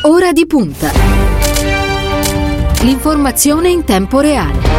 Ora di punta. L'informazione in tempo reale.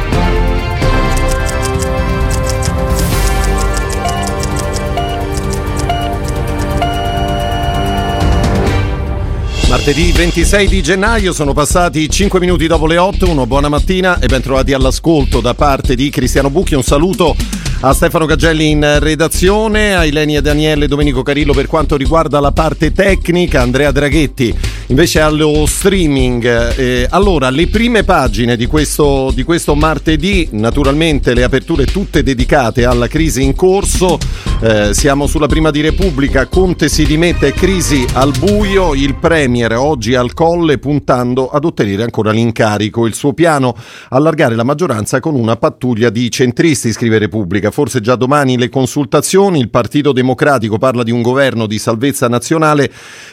Martedì 26 di gennaio, sono passati 5 minuti dopo le 8, buona mattina e ben trovati all'ascolto da parte di Cristiano Bucchi. Un saluto a Stefano Cagelli in redazione, a Ilenia Daniele e Domenico Carillo per quanto riguarda la parte tecnica, Andrea Draghetti invece allo streaming. Allora, le prime pagine di questo martedì, naturalmente le aperture tutte dedicate alla crisi in corso. Siamo sulla Prima di Repubblica, Conte si dimette, crisi al buio, il Premier oggi al Colle puntando ad ottenere ancora l'incarico. Il suo piano, allargare la maggioranza con una pattuglia di centristi, scrive Repubblica. Forse già domani le consultazioni, il Partito Democratico parla di un governo di salvezza nazionale,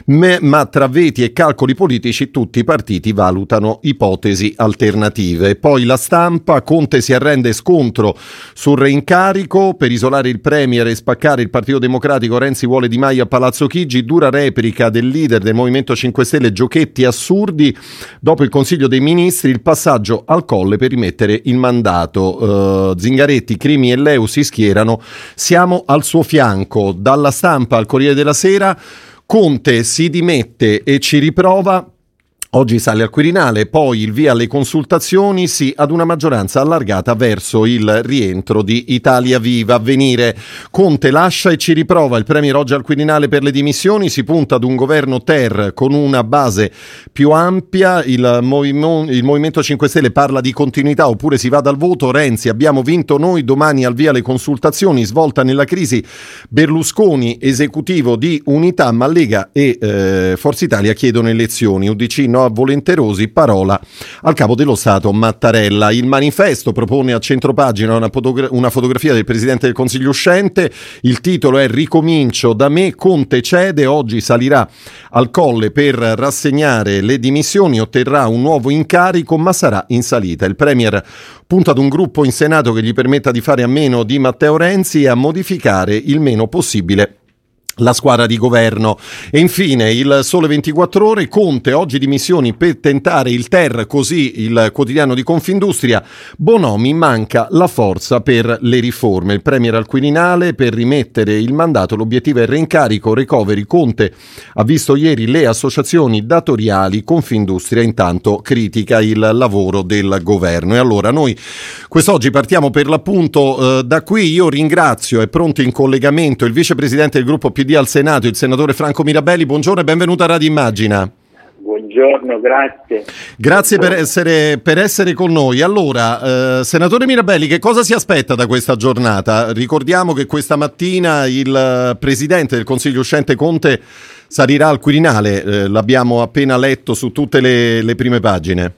ma tra veti e calcoli politici tutti i partiti valutano ipotesi alternative. Poi La Stampa, Conte si arrende, scontro sul reincarico, per isolare il Premier e spaccare il Partito Democratico Renzi vuole Di Maio a Palazzo Chigi, dura replica del leader del Movimento 5 Stelle, giochetti assurdi, dopo il Consiglio dei Ministri il passaggio al Colle per rimettere il mandato. Zingaretti, Crimi e Leu si schierano, siamo al suo fianco. Dalla Stampa al Corriere della Sera, Conte si dimette e ci riprova. Oggi sale al Quirinale, poi il via alle consultazioni, sì ad una maggioranza allargata verso il rientro di Italia Viva. Avvenire, Conte lascia e ci riprova, il Premier oggi al Quirinale per le dimissioni, si punta ad un governo Ter con una base più ampia, il Movimento 5 Stelle parla di continuità oppure si va dal voto, Renzi abbiamo vinto noi, domani al via le consultazioni, svolta nella crisi, Berlusconi esecutivo di unità, ma Lega e Forza Italia chiedono elezioni, UDC no a volenterosi, parola al capo dello Stato Mattarella. Il Manifesto propone a centropagina una fotografia del Presidente del Consiglio uscente, il titolo è Ricomincio da me, Conte cede, oggi salirà al Colle per rassegnare le dimissioni, otterrà un nuovo incarico ma sarà in salita. Il Premier punta ad un gruppo in Senato che gli permetta di fare a meno di Matteo Renzi e a modificare il meno possibile la squadra di governo. E infine il Sole 24 Ore, Conte oggi dimissioni per tentare il Ter, così il quotidiano di Confindustria, Bonomi manca la forza per le riforme, il Premier al Quirinale per rimettere il mandato, l'obiettivo è il reincarico, recovery. Conte ha visto ieri le associazioni datoriali, Confindustria intanto critica il lavoro del governo. E allora noi quest'oggi partiamo per l'appunto da qui. Io ringrazio, è pronto in collegamento il vicepresidente del gruppo PD al Senato, il senatore Franco Mirabelli. Buongiorno e benvenuto a Radio Immagina. Buongiorno, grazie. Grazie per essere con noi. Allora, senatore Mirabelli, che cosa si aspetta da questa giornata? Ricordiamo che questa mattina il presidente del Consiglio uscente Conte salirà al Quirinale, l'abbiamo appena letto su tutte le prime pagine.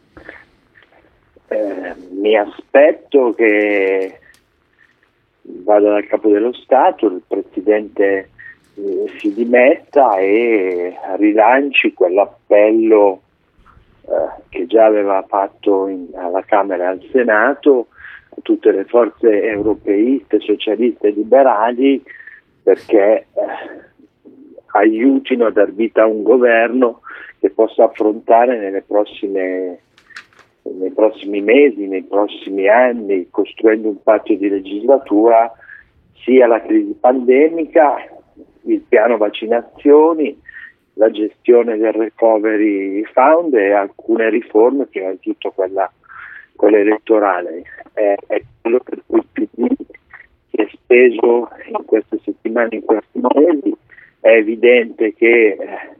Mi aspetto che vada dal Capo dello Stato, il Presidente si dimetta e rilanci quell'appello che già aveva fatto alla Camera e al Senato a tutte le forze europeiste, socialiste e liberali perché aiutino a dar vita a un governo che possa affrontare nei prossimi mesi, nei prossimi anni, costruendo un patto di legislatura, sia la crisi pandemica, il piano vaccinazioni, la gestione del recovery fund e alcune riforme, prima di tutto quella elettorale. È quello per cui il PD si è speso in queste settimane, in questi mesi. È evidente che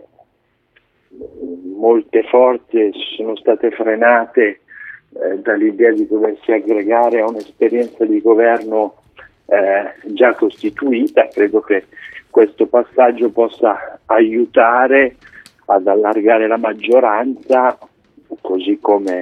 molte forze sono state frenate dall'idea di doversi aggregare a un'esperienza di governo già costituita. Credo che questo passaggio possa aiutare ad allargare la maggioranza, così come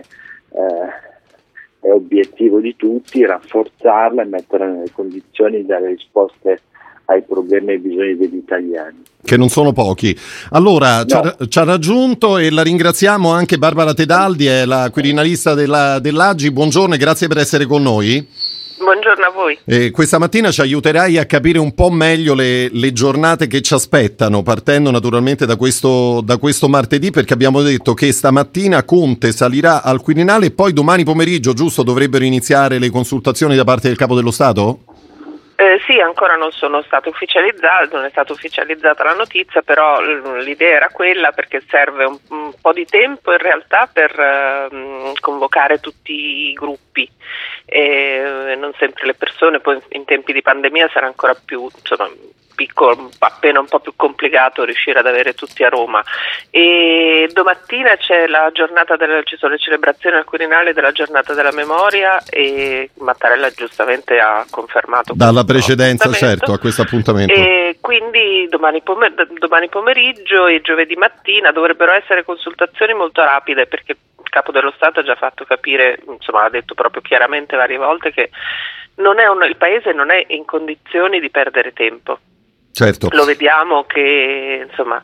è obiettivo di tutti, rafforzarla e metterla nelle condizioni di dare risposte ai problemi e ai bisogni degli italiani. Che non sono pochi. Allora, no. ci ha raggiunto e la ringraziamo anche Barbara Tedaldi, è la quirinalista dell'Aggi. Buongiorno e grazie per essere con noi. Buongiorno a voi. Questa mattina ci aiuterai a capire un po' meglio le giornate che ci aspettano, partendo naturalmente da questo martedì, perché abbiamo detto che stamattina Conte salirà al Quirinale e poi domani pomeriggio, giusto, dovrebbero iniziare le consultazioni da parte del Capo dello Stato? Sì, ancora non sono state ufficializzate, non è stata ufficializzata la notizia, però l'idea era quella, perché serve un po' di tempo in realtà per convocare tutti i gruppi. Non sempre le persone, poi in tempi di pandemia sarà ancora più appena un po' più complicato riuscire ad avere tutti a Roma. E domattina c'è la giornata ci sono le celebrazioni al Quirinale della giornata della memoria, e Mattarella giustamente ha confermato dalla precedenza, certo, a questo appuntamento. E quindi domani pomeriggio e giovedì mattina dovrebbero essere consultazioni molto rapide, perché il Capo dello Stato ha già fatto capire, insomma, ha detto proprio chiaramente varie volte che il Paese non è in condizioni di perdere tempo. Certo. Lo vediamo che insomma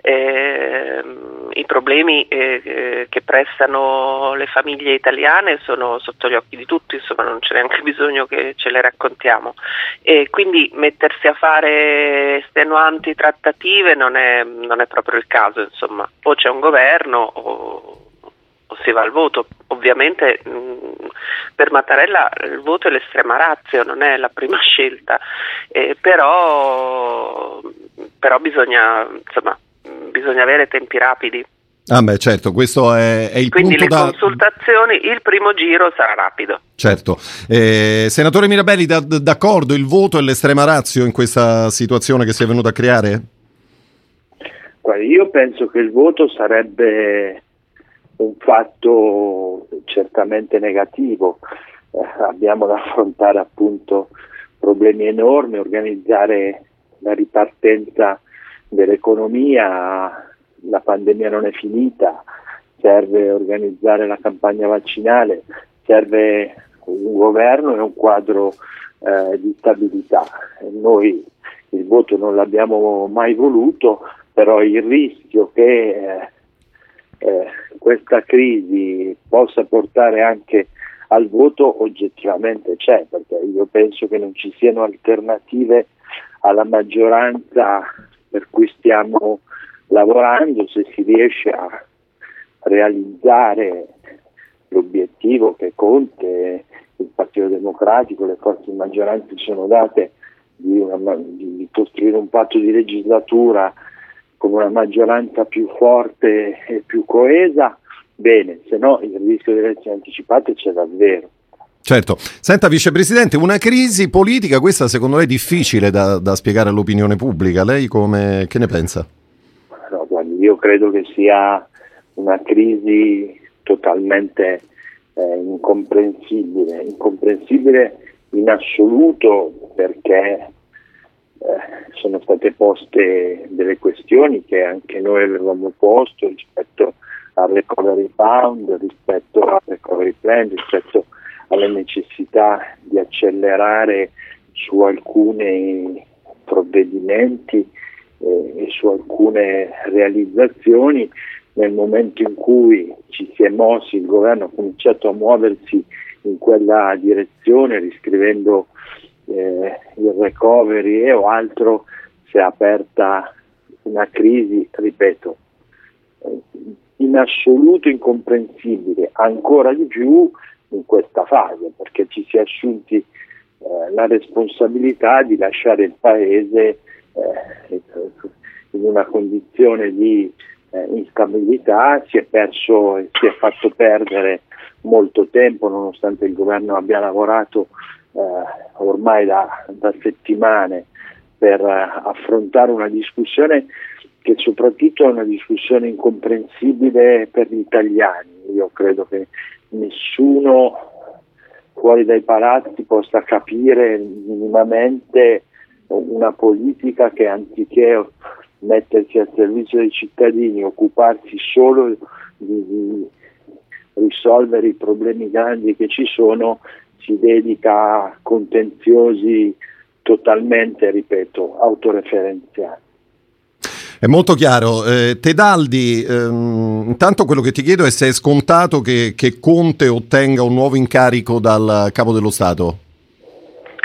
i problemi che pressano le famiglie italiane sono sotto gli occhi di tutti, insomma non c'è neanche bisogno che ce le raccontiamo, e quindi mettersi a fare estenuanti trattative non è proprio il caso, insomma, o c'è un governo o si va al voto. Ovviamente per Mattarella il voto è l'estrema ratio, non è la prima scelta, però bisogna avere tempi rapidi. Ah beh, certo, questo è il quindi punto. Quindi le consultazioni, il primo giro sarà rapido. Certo. Senatore Mirabelli, d'accordo, il voto è l'estrema ratio in questa situazione che si è venuta a creare? Guarda, io penso che il voto sarebbe un fatto certamente negativo. Abbiamo da affrontare appunto problemi enormi, organizzare la ripartenza dell'economia, la pandemia non è finita, serve organizzare la campagna vaccinale, serve un governo e un quadro di stabilità. Noi il voto non l'abbiamo mai voluto, però il rischio che questa crisi possa portare anche al voto oggettivamente c'è, perché io penso che non ci siano alternative alla maggioranza per cui stiamo lavorando, se si riesce a realizzare l'obiettivo che Conte, il Partito Democratico, le forze di maggioranza si sono date di costruire un patto di legislatura con una maggioranza più forte e più coesa, bene, se no il rischio di elezioni anticipate c'è davvero. Certo. Senta, Vicepresidente, una crisi politica, questa secondo lei è difficile da spiegare all'opinione pubblica, lei che ne pensa? No, guardi, io credo che sia una crisi totalmente incomprensibile in assoluto, perché sono state poste delle questioni che anche noi avevamo posto rispetto al recovery fund, rispetto al recovery plan, rispetto alle necessità di accelerare su alcuni provvedimenti e su alcune realizzazioni. Nel momento in cui ci si è mossi, il governo ha cominciato a muoversi in quella direzione, riscrivendo il recovery o altro, si è aperta una crisi, ripeto, in assoluto incomprensibile, ancora di più in questa fase, perché ci si è assunti la responsabilità di lasciare il Paese in una condizione di instabilità. Si è fatto perdere molto tempo, nonostante il governo abbia lavorato ormai da settimane per affrontare una discussione che soprattutto è una discussione incomprensibile per gli italiani. Io credo che nessuno fuori dai palazzi possa capire minimamente una politica che, anziché mettersi al servizio dei cittadini, occuparsi solo di risolvere i problemi grandi che ci sono, si dedica a contenziosi totalmente, ripeto, autoreferenziali. È molto chiaro. Tedaldi, intanto quello che ti chiedo è se è scontato che Conte ottenga un nuovo incarico dal Capo dello Stato.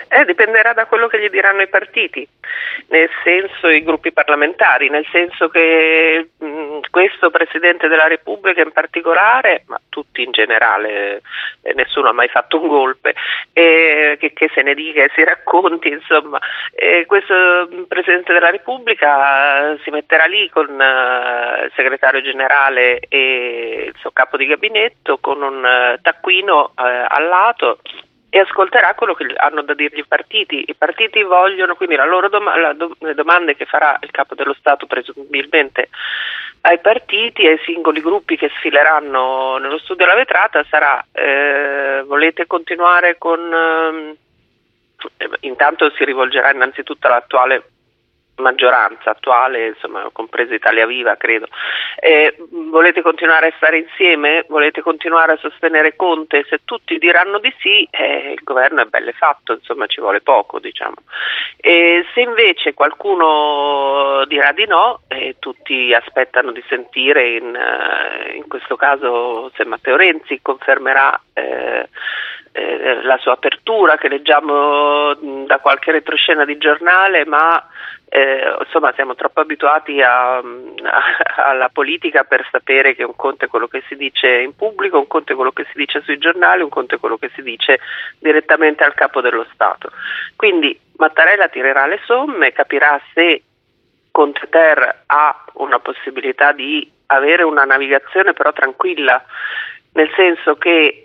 Dipenderà da quello che gli diranno i partiti, nel senso i gruppi parlamentari, nel senso che questo Presidente della Repubblica in particolare, ma tutti in generale, nessuno ha mai fatto un golpe, che se ne dica e si racconti, insomma, questo Presidente della Repubblica si metterà lì con il segretario generale e il suo capo di gabinetto con un taccuino al lato e ascolterà quello che hanno da dirgli i partiti. I partiti vogliono, quindi le domande che farà il capo dello Stato presumibilmente ai partiti e ai singoli gruppi che sfileranno nello studio alla vetrata sarà volete continuare con intanto si rivolgerà innanzitutto all'attuale maggioranza attuale, insomma, compresa Italia Viva, credo. Volete continuare a stare insieme? Volete continuare a sostenere Conte? Se tutti diranno di sì, il governo è bello fatto, insomma, ci vuole poco, diciamo. Se invece qualcuno dirà di no, tutti aspettano di sentire in questo caso se Matteo Renzi confermerà la sua apertura che leggiamo da qualche retroscena di giornale, ma insomma siamo troppo abituati alla politica per sapere che un conto è quello che si dice in pubblico, un conto è quello che si dice sui giornali, un conto è quello che si dice direttamente al capo dello Stato. Quindi Mattarella tirerà le somme, capirà se Conte Ter ha una possibilità di avere una navigazione però tranquilla, nel senso che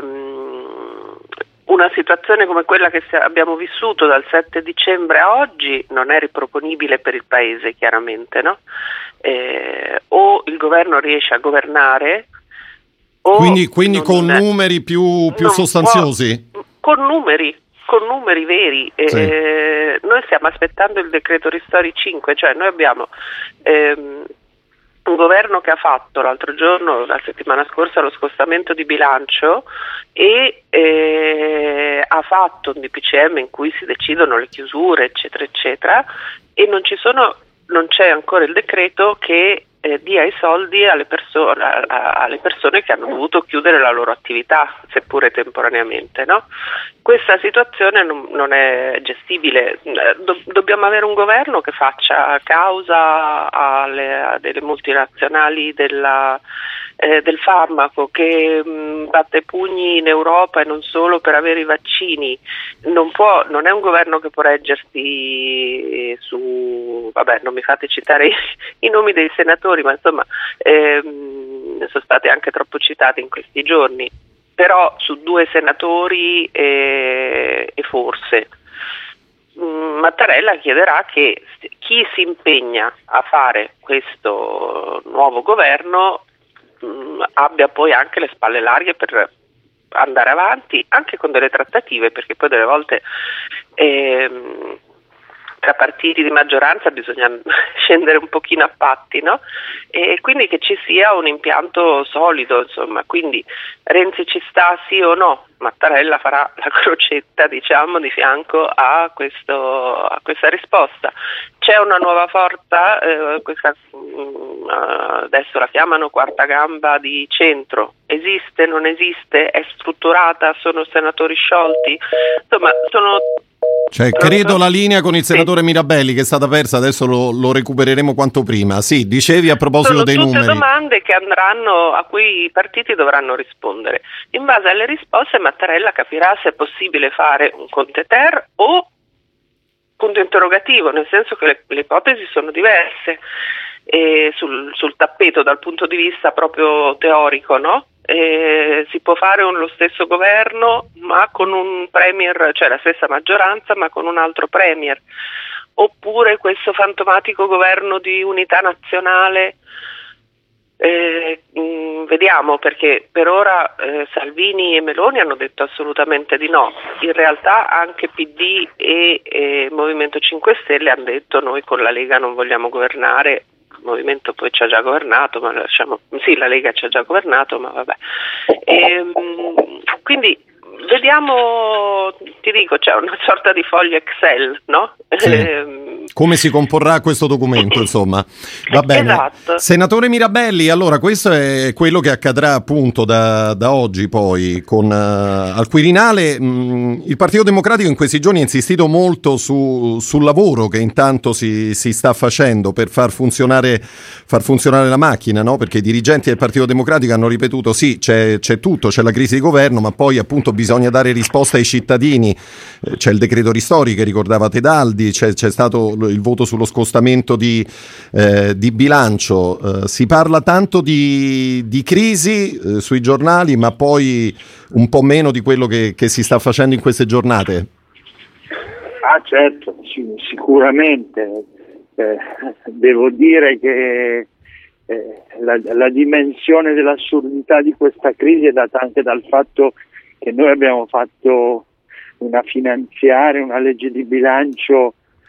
una situazione come quella che abbiamo vissuto dal 7 dicembre a oggi non è riproponibile per il Paese, chiaramente, no? O il governo riesce a governare o quindi con numeri più sostanziosi? Con numeri veri. Sì. Noi stiamo aspettando il decreto Ristori 5, cioè noi abbiamo un governo che ha fatto l'altro giorno, la settimana scorsa, lo scostamento di bilancio e ha fatto un DPCM in cui si decidono le chiusure, eccetera, eccetera, e non c'è ancora il decreto che dia i soldi alle persone che hanno dovuto chiudere la loro attività, seppure temporaneamente, no? Questa situazione non è gestibile. Dobbiamo avere un governo che faccia causa a delle multinazionali del farmaco, che batte pugni in Europa e non solo per avere i vaccini. Non è un governo che può reggersi su, non mi fate citare i nomi dei senatori, ma insomma sono stati anche troppo citati in questi giorni, però su 2 senatori e forse Mattarella chiederà che chi si impegna a fare questo nuovo governo abbia poi anche le spalle larghe per andare avanti anche con delle trattative, perché poi delle volte tra partiti di maggioranza bisogna scendere un pochino a patti, no? E quindi che ci sia un impianto solido, insomma. Quindi Renzi ci sta sì o no? Mattarella farà la crocetta, diciamo, di fianco a questa risposta. C'è una nuova forza, adesso la chiamano quarta gamba di centro, esiste, non esiste, è strutturata, sono senatori sciolti, insomma credo la linea con il senatore Mirabelli che è stata persa, adesso lo recupereremo quanto prima. Sì, dicevi a proposito dei numeri. Sono tutte domande che a cui i partiti dovranno rispondere. In base alle risposte Mattarella capirà se è possibile fare un Conte Ter o punto interrogativo, nel senso che le ipotesi sono diverse sul tappeto dal punto di vista proprio teorico, no? Si può fare lo stesso governo ma con un premier, cioè la stessa maggioranza ma con un altro premier, oppure questo fantomatico governo di unità nazionale. Vediamo, perché per ora Salvini e Meloni hanno detto assolutamente di no. In realtà anche PD e Movimento 5 Stelle hanno detto noi con la Lega non vogliamo governare. Il Movimento poi ci ha già governato, ma la Lega ci ha già governato, ma vabbè. Quindi Vediamo, ti dico, c'è una sorta di foglio Excel, no? Sì. Come si comporrà questo documento, insomma. Va bene. Esatto. Senatore Mirabelli, allora questo è quello che accadrà appunto da oggi poi con al Quirinale. Il Partito Democratico in questi giorni ha insistito molto sul lavoro che intanto si sta facendo per far funzionare la macchina, no? Perché i dirigenti del Partito Democratico hanno ripetuto sì, c'è tutto, c'è la crisi di governo, ma poi appunto bisogna dare risposta ai cittadini. C'è il decreto ristori che ricordava Tedaldi, c'è stato il voto sullo scostamento di bilancio. Si parla tanto di crisi sui giornali, ma poi un po' meno di quello che si sta facendo in queste giornate. Certo, sicuramente. Devo dire che la dimensione dell'assurdità di questa crisi è data anche dal fatto che noi abbiamo fatto una finanziaria, una legge di bilancio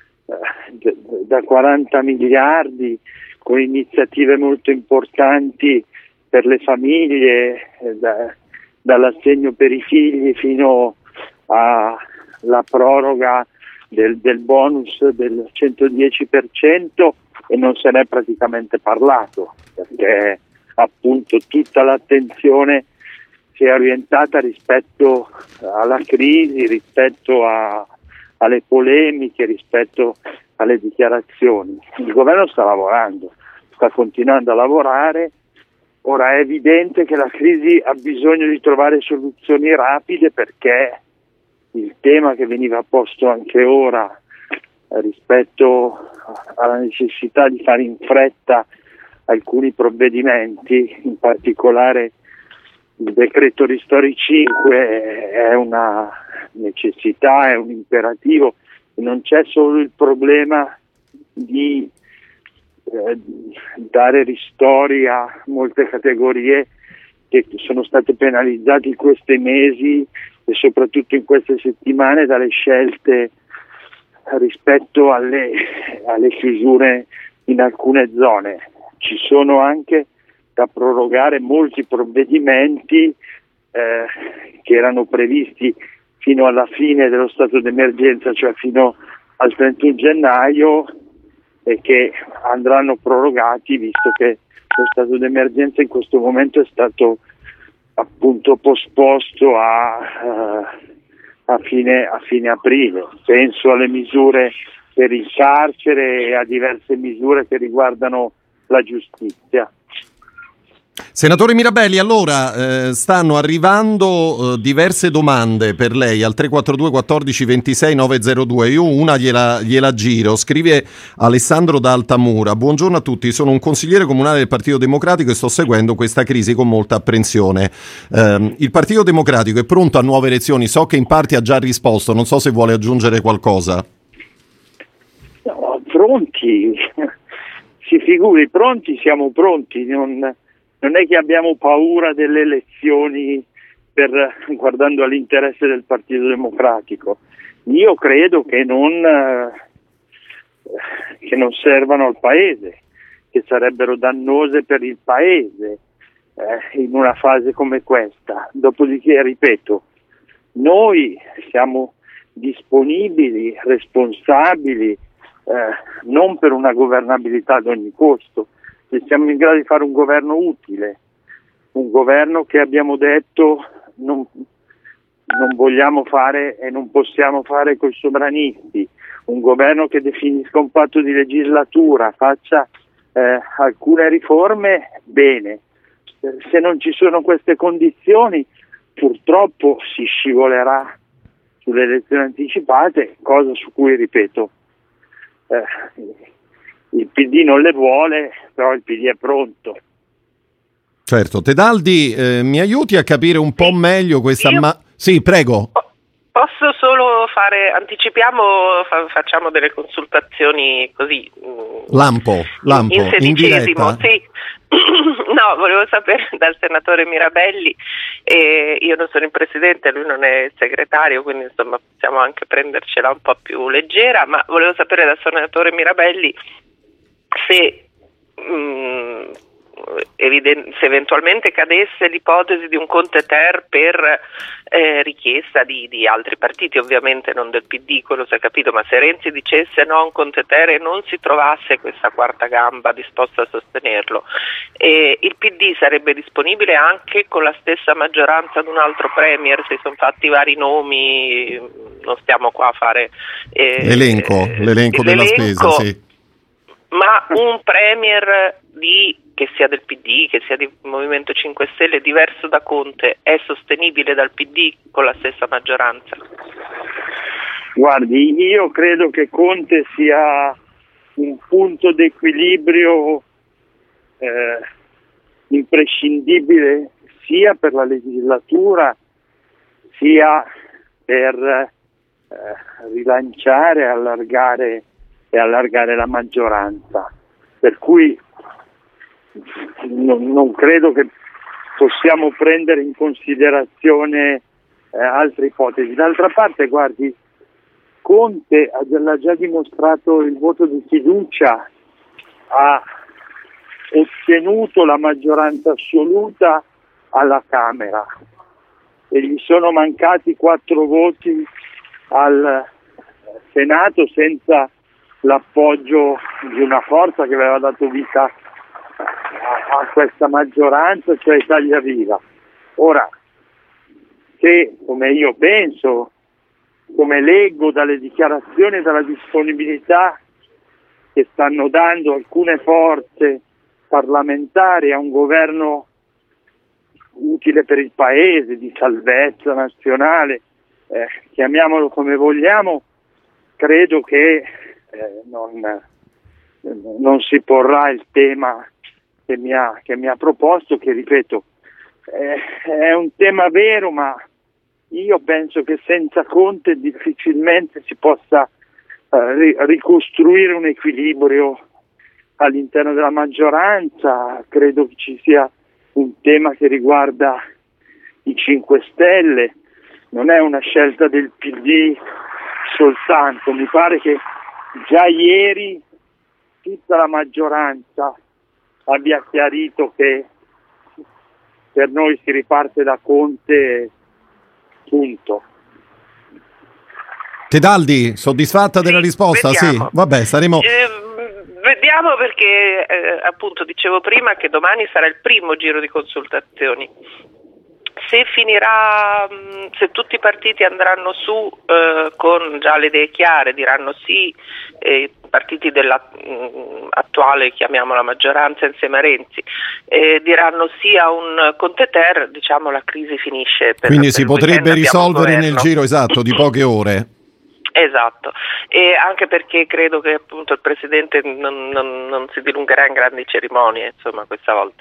da 40 miliardi con iniziative molto importanti per le famiglie, dall'assegno per i figli fino alla proroga del bonus del 110%, e non se n'è praticamente parlato perché appunto tutta l'attenzione si è orientata rispetto alla crisi, rispetto alle polemiche, rispetto alle dichiarazioni. Il governo sta lavorando, sta continuando a lavorare. Ora è evidente che la crisi ha bisogno di trovare soluzioni rapide, perché il tema che veniva posto anche ora rispetto alla necessità di fare in fretta alcuni provvedimenti, in particolare il decreto ristori 5, è una necessità, è un imperativo. Non c'è solo il problema di dare ristori a molte categorie che sono state penalizzate in questi mesi e soprattutto in queste settimane dalle scelte rispetto alle chiusure in alcune zone. Ci sono anche da prorogare molti provvedimenti che erano previsti fino alla fine dello stato d'emergenza, cioè fino al 31 gennaio, e che andranno prorogati visto che lo stato d'emergenza in questo momento è stato appunto posposto a fine aprile. Penso alle misure per il carcere e a diverse misure che riguardano la giustizia. Senatore Mirabelli, allora stanno arrivando diverse domande per lei al 342 14 26 902. Io una gliela giro. Scrive Alessandro da Altamura: buongiorno a tutti, sono un consigliere comunale del Partito Democratico e sto seguendo questa crisi con molta apprensione. Il Partito Democratico è pronto a nuove elezioni? So che in parte ha già risposto, non so se vuole aggiungere qualcosa. No, pronti, si figuri, pronti, siamo pronti, non è che abbiamo paura delle elezioni guardando all'interesse del Partito Democratico. Io credo che non servano al Paese, che sarebbero dannose per il Paese in una fase come questa. Dopodiché, ripeto, noi siamo disponibili, responsabili, non per una governabilità ad ogni costo. Se siamo in grado di fare un governo utile, un governo che abbiamo detto non vogliamo fare e non possiamo fare coi sovranisti, un governo che definisca un patto di legislatura, faccia alcune riforme, bene. Se non ci sono queste condizioni, purtroppo si scivolerà sulle elezioni anticipate, cosa su cui, ripeto, il PD non le vuole, però il PD è pronto. Certo. Tedaldi, mi aiuti a capire un po' meglio questa... Sì, prego. Posso solo facciamo delle consultazioni così... Lampo, in sedicesimo, in sì. No, volevo sapere dal senatore Mirabelli, io non sono il presidente, lui non è il segretario, quindi insomma possiamo anche prendercela un po' più leggera, ma volevo sapere dal senatore Mirabelli se se eventualmente cadesse l'ipotesi di un Conte-ter per richiesta di altri partiti, ovviamente non del PD, quello si è capito, ma se Renzi dicesse no a un Conte-ter e non si trovasse questa quarta gamba disposta a sostenerlo, il PD sarebbe disponibile anche con la stessa maggioranza ad un altro premier. Si sono fatti vari nomi, non stiamo qua a fare l'elenco della spesa, sì. Ma un premier che sia del PD, che sia di Movimento 5 Stelle, diverso da Conte, è sostenibile dal PD con la stessa maggioranza? Guardi, io credo che Conte sia un punto d'equilibrio imprescindibile sia per la legislatura sia per rilanciare e allargare la maggioranza, per cui non credo che possiamo prendere in considerazione altre ipotesi. D'altra parte, guardi, Conte l'ha già dimostrato, il voto di fiducia, ha ottenuto la maggioranza assoluta alla Camera e gli sono mancati 4 voti al Senato senza l'appoggio di una forza che aveva dato vita a questa maggioranza, cioè Italia Viva. Ora, se, come io penso, come leggo dalle dichiarazioni e dalla disponibilità che stanno dando alcune forze parlamentari a un governo utile per il Paese, di salvezza nazionale, chiamiamolo come vogliamo, credo che non si porrà il tema che mi ha proposto, che ripeto è un tema vero, ma io penso che senza Conte difficilmente si possa ricostruire un equilibrio all'interno della maggioranza. Credo che ci sia un tema che riguarda i 5 Stelle, non è una scelta del PD soltanto. Mi pare che già ieri tutta la maggioranza abbia chiarito che per noi si riparte da Conte, punto. Tedaldi, soddisfatta della risposta? Vediamo. Sì, vabbè, saremo... Vediamo, perché appunto dicevo prima che domani sarà il primo giro di consultazioni. Se finirà, se tutti i partiti andranno su con già le idee chiare, diranno sì, i partiti della attuale, chiamiamola maggioranza insieme a Renzi, diranno sì a un Conte-ter, diciamo la crisi finisce. Quindi si potrebbe risolvere nel giro esatto di poche ore. Esatto, e anche perché credo che appunto il Presidente non si dilungherà in grandi cerimonie, insomma, questa volta.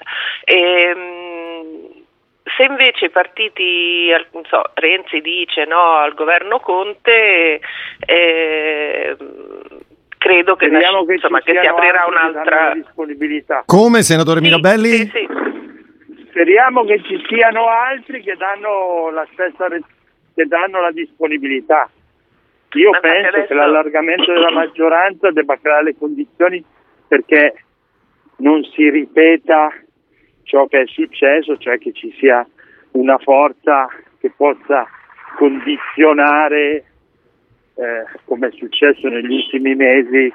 Se invece i partiti, Renzi dice no al governo Conte, credo che si aprirà un'altra disponibilità. Come, senatore Mirabelli? Sì. Speriamo che ci siano altri che danno la disponibilità. Io penso che l'allargamento della maggioranza debba creare le condizioni perché non si ripeta ciò che è successo, cioè che ci sia una forza che possa condizionare, come è successo negli ultimi mesi,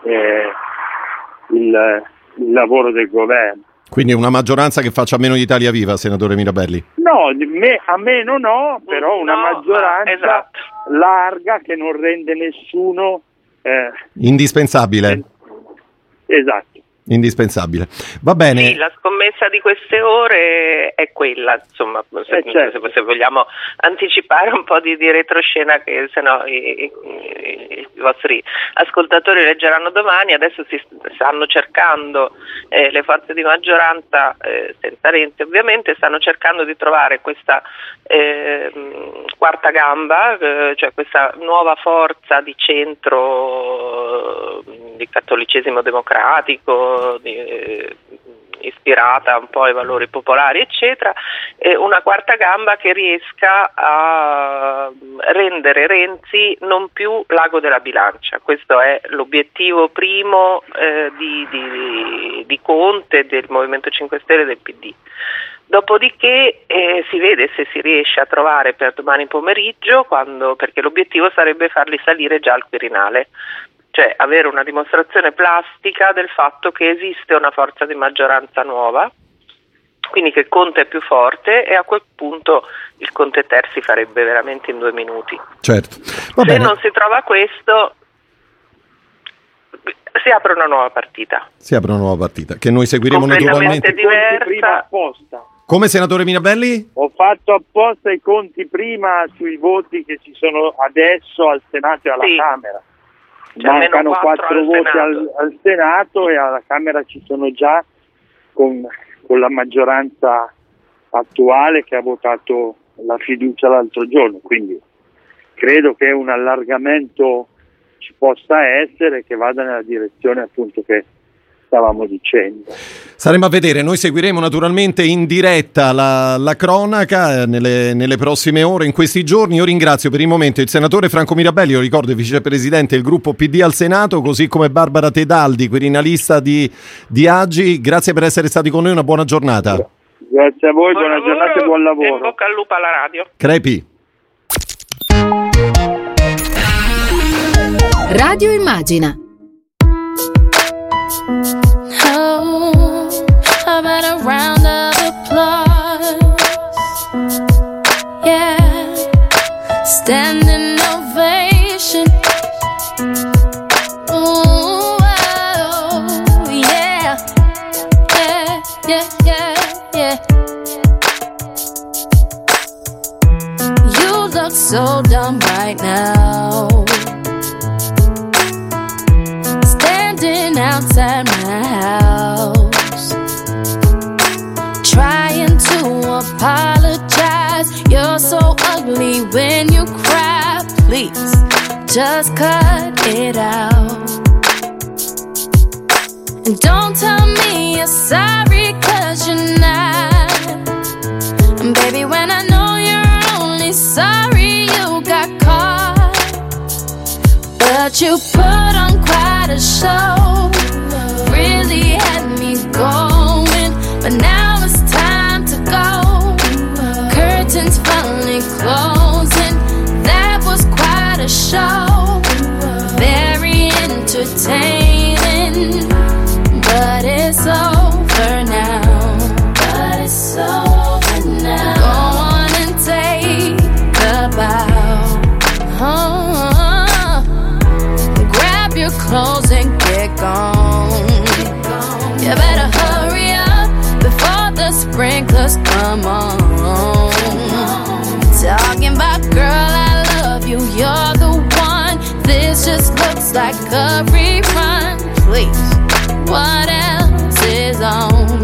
il lavoro del governo. Quindi una maggioranza che faccia meno di Italia Viva, senatore Mirabelli? No, a meno no, però una maggioranza esatto, larga che non rende nessuno indispensabile. Esatto. Indispensabile. Va bene. Sì, la scommessa di queste ore è quella, insomma, se vogliamo anticipare un po' di retroscena, che sennò i vostri ascoltatori leggeranno domani. Adesso si stanno cercando, le forze di maggioranza, senza Renzi ovviamente, stanno cercando di trovare questa quarta gamba, cioè questa nuova forza di centro, di cattolicesimo democratico, ispirata un po' ai valori popolari eccetera, e una quarta gamba che riesca a rendere Renzi non più l'ago della bilancia. Questo è l'obiettivo primo di Conte, del Movimento 5 Stelle e del PD. Dopodiché si vede se si riesce a trovare per domani pomeriggio, perché l'obiettivo sarebbe farli salire già al Quirinale, cioè avere una dimostrazione plastica del fatto che esiste una forza di maggioranza nuova, quindi che Conte è più forte, e a quel punto il Conte Ter si farebbe veramente in 2 minuti. Certo. Se non si trova questo, si apre una nuova partita. Che noi seguiremo naturalmente. Diversa. Prima apposta. Come, senatore Mirabelli? Ho fatto apposta i conti prima sui voti che ci sono adesso al Senato e alla Camera. Mancano 4 voti al Senato, e alla Camera ci sono già con la maggioranza attuale che ha votato la fiducia l'altro giorno, quindi credo che un allargamento ci possa essere, che vada nella direzione appunto che stavamo dicendo. Saremo a vedere, noi seguiremo naturalmente in diretta la cronaca nelle prossime ore, in questi giorni. Io ringrazio per il momento il senatore Franco Mirabelli, io ricordo vicepresidente del gruppo PD al Senato, così come Barbara Tedaldi, quirinalista di Agi. Grazie per essere stati con noi, una buona giornata. Grazie a voi, buona giornata e buon lavoro. In bocca al lupo alla radio. Crepi. Radio Immagina. Oh, how about a round of applause? Yeah, standing ovation. Ooh, oh, yeah, yeah. You look so dumb right now, outside my house, trying to apologize. You're so ugly when you cry. Please, just cut it out. And don't tell me you're sorry, 'cause you're not. And baby, when I know you're only sorry you got caught, but you put on quite a show, really had me going, but now it's time to go. Curtains finally closing, that was quite a show, very entertaining, but it's over now. But it's over now. Go on and take a bow. Grab your clothes and get gone. You better hurry up before the sprinklers come on. Talking about, girl, I love you, you're the one. This just looks like a rerun. Please, what else is on?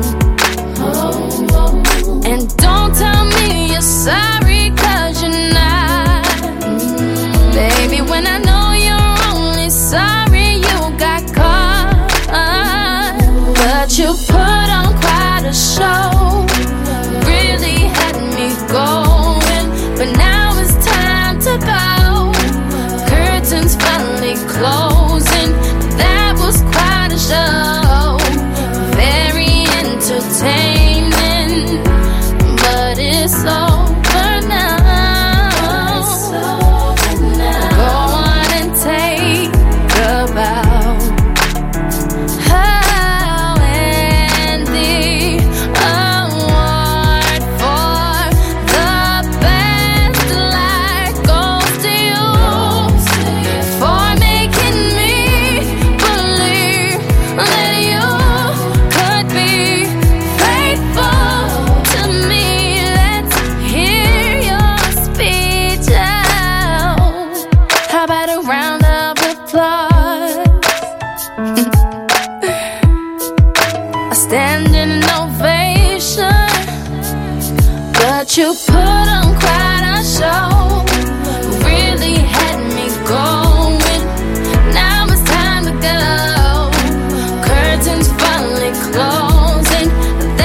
And don't tell me you're sorry, 'cause you're not. Baby, when I know you're only sorry you got caught, but you put on quite a show, really had me going, but now it's time to go. Curtains finally closing, that was quite a show, very entertaining, but it's over now. Go on and take a bow. Oh, and the award for the best life goes to you, for making me believe that you could be faithful to me. Let's hear your speech out. How about a round of applause? A standing ovation, but you put on quite a show, really had me going. Now it's time to go. Curtains finally closing,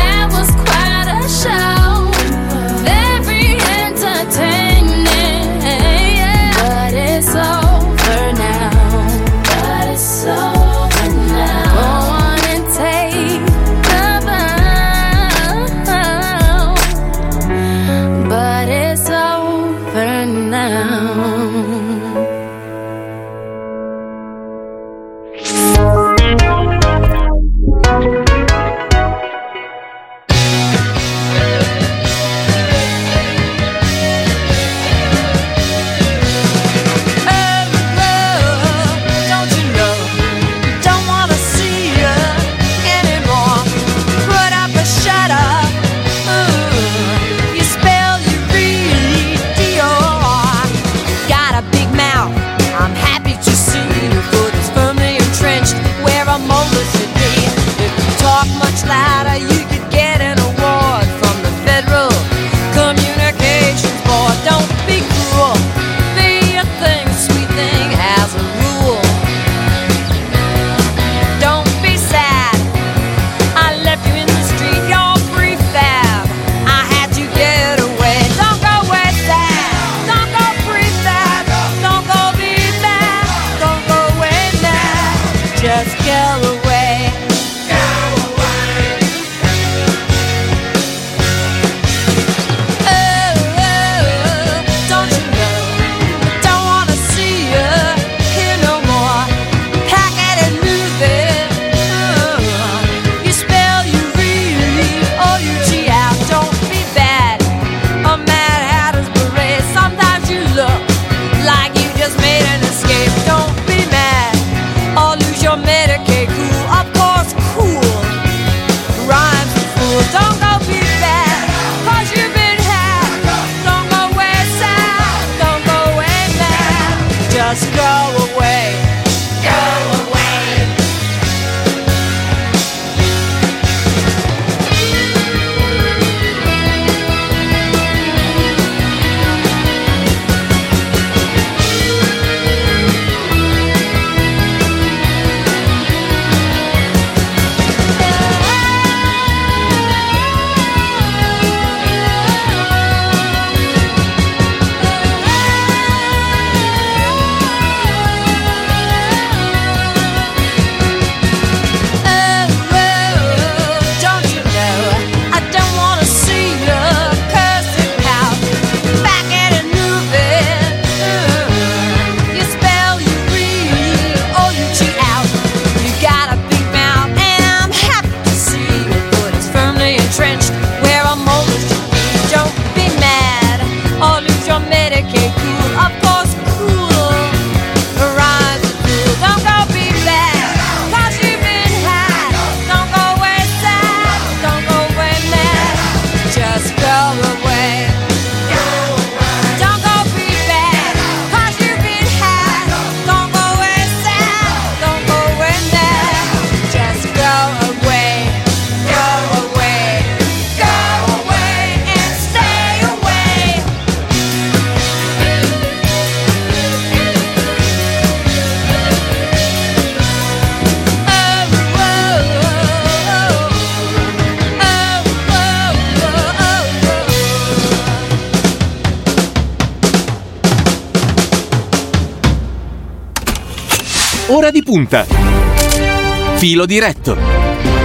Ora di punta. Filo diretto.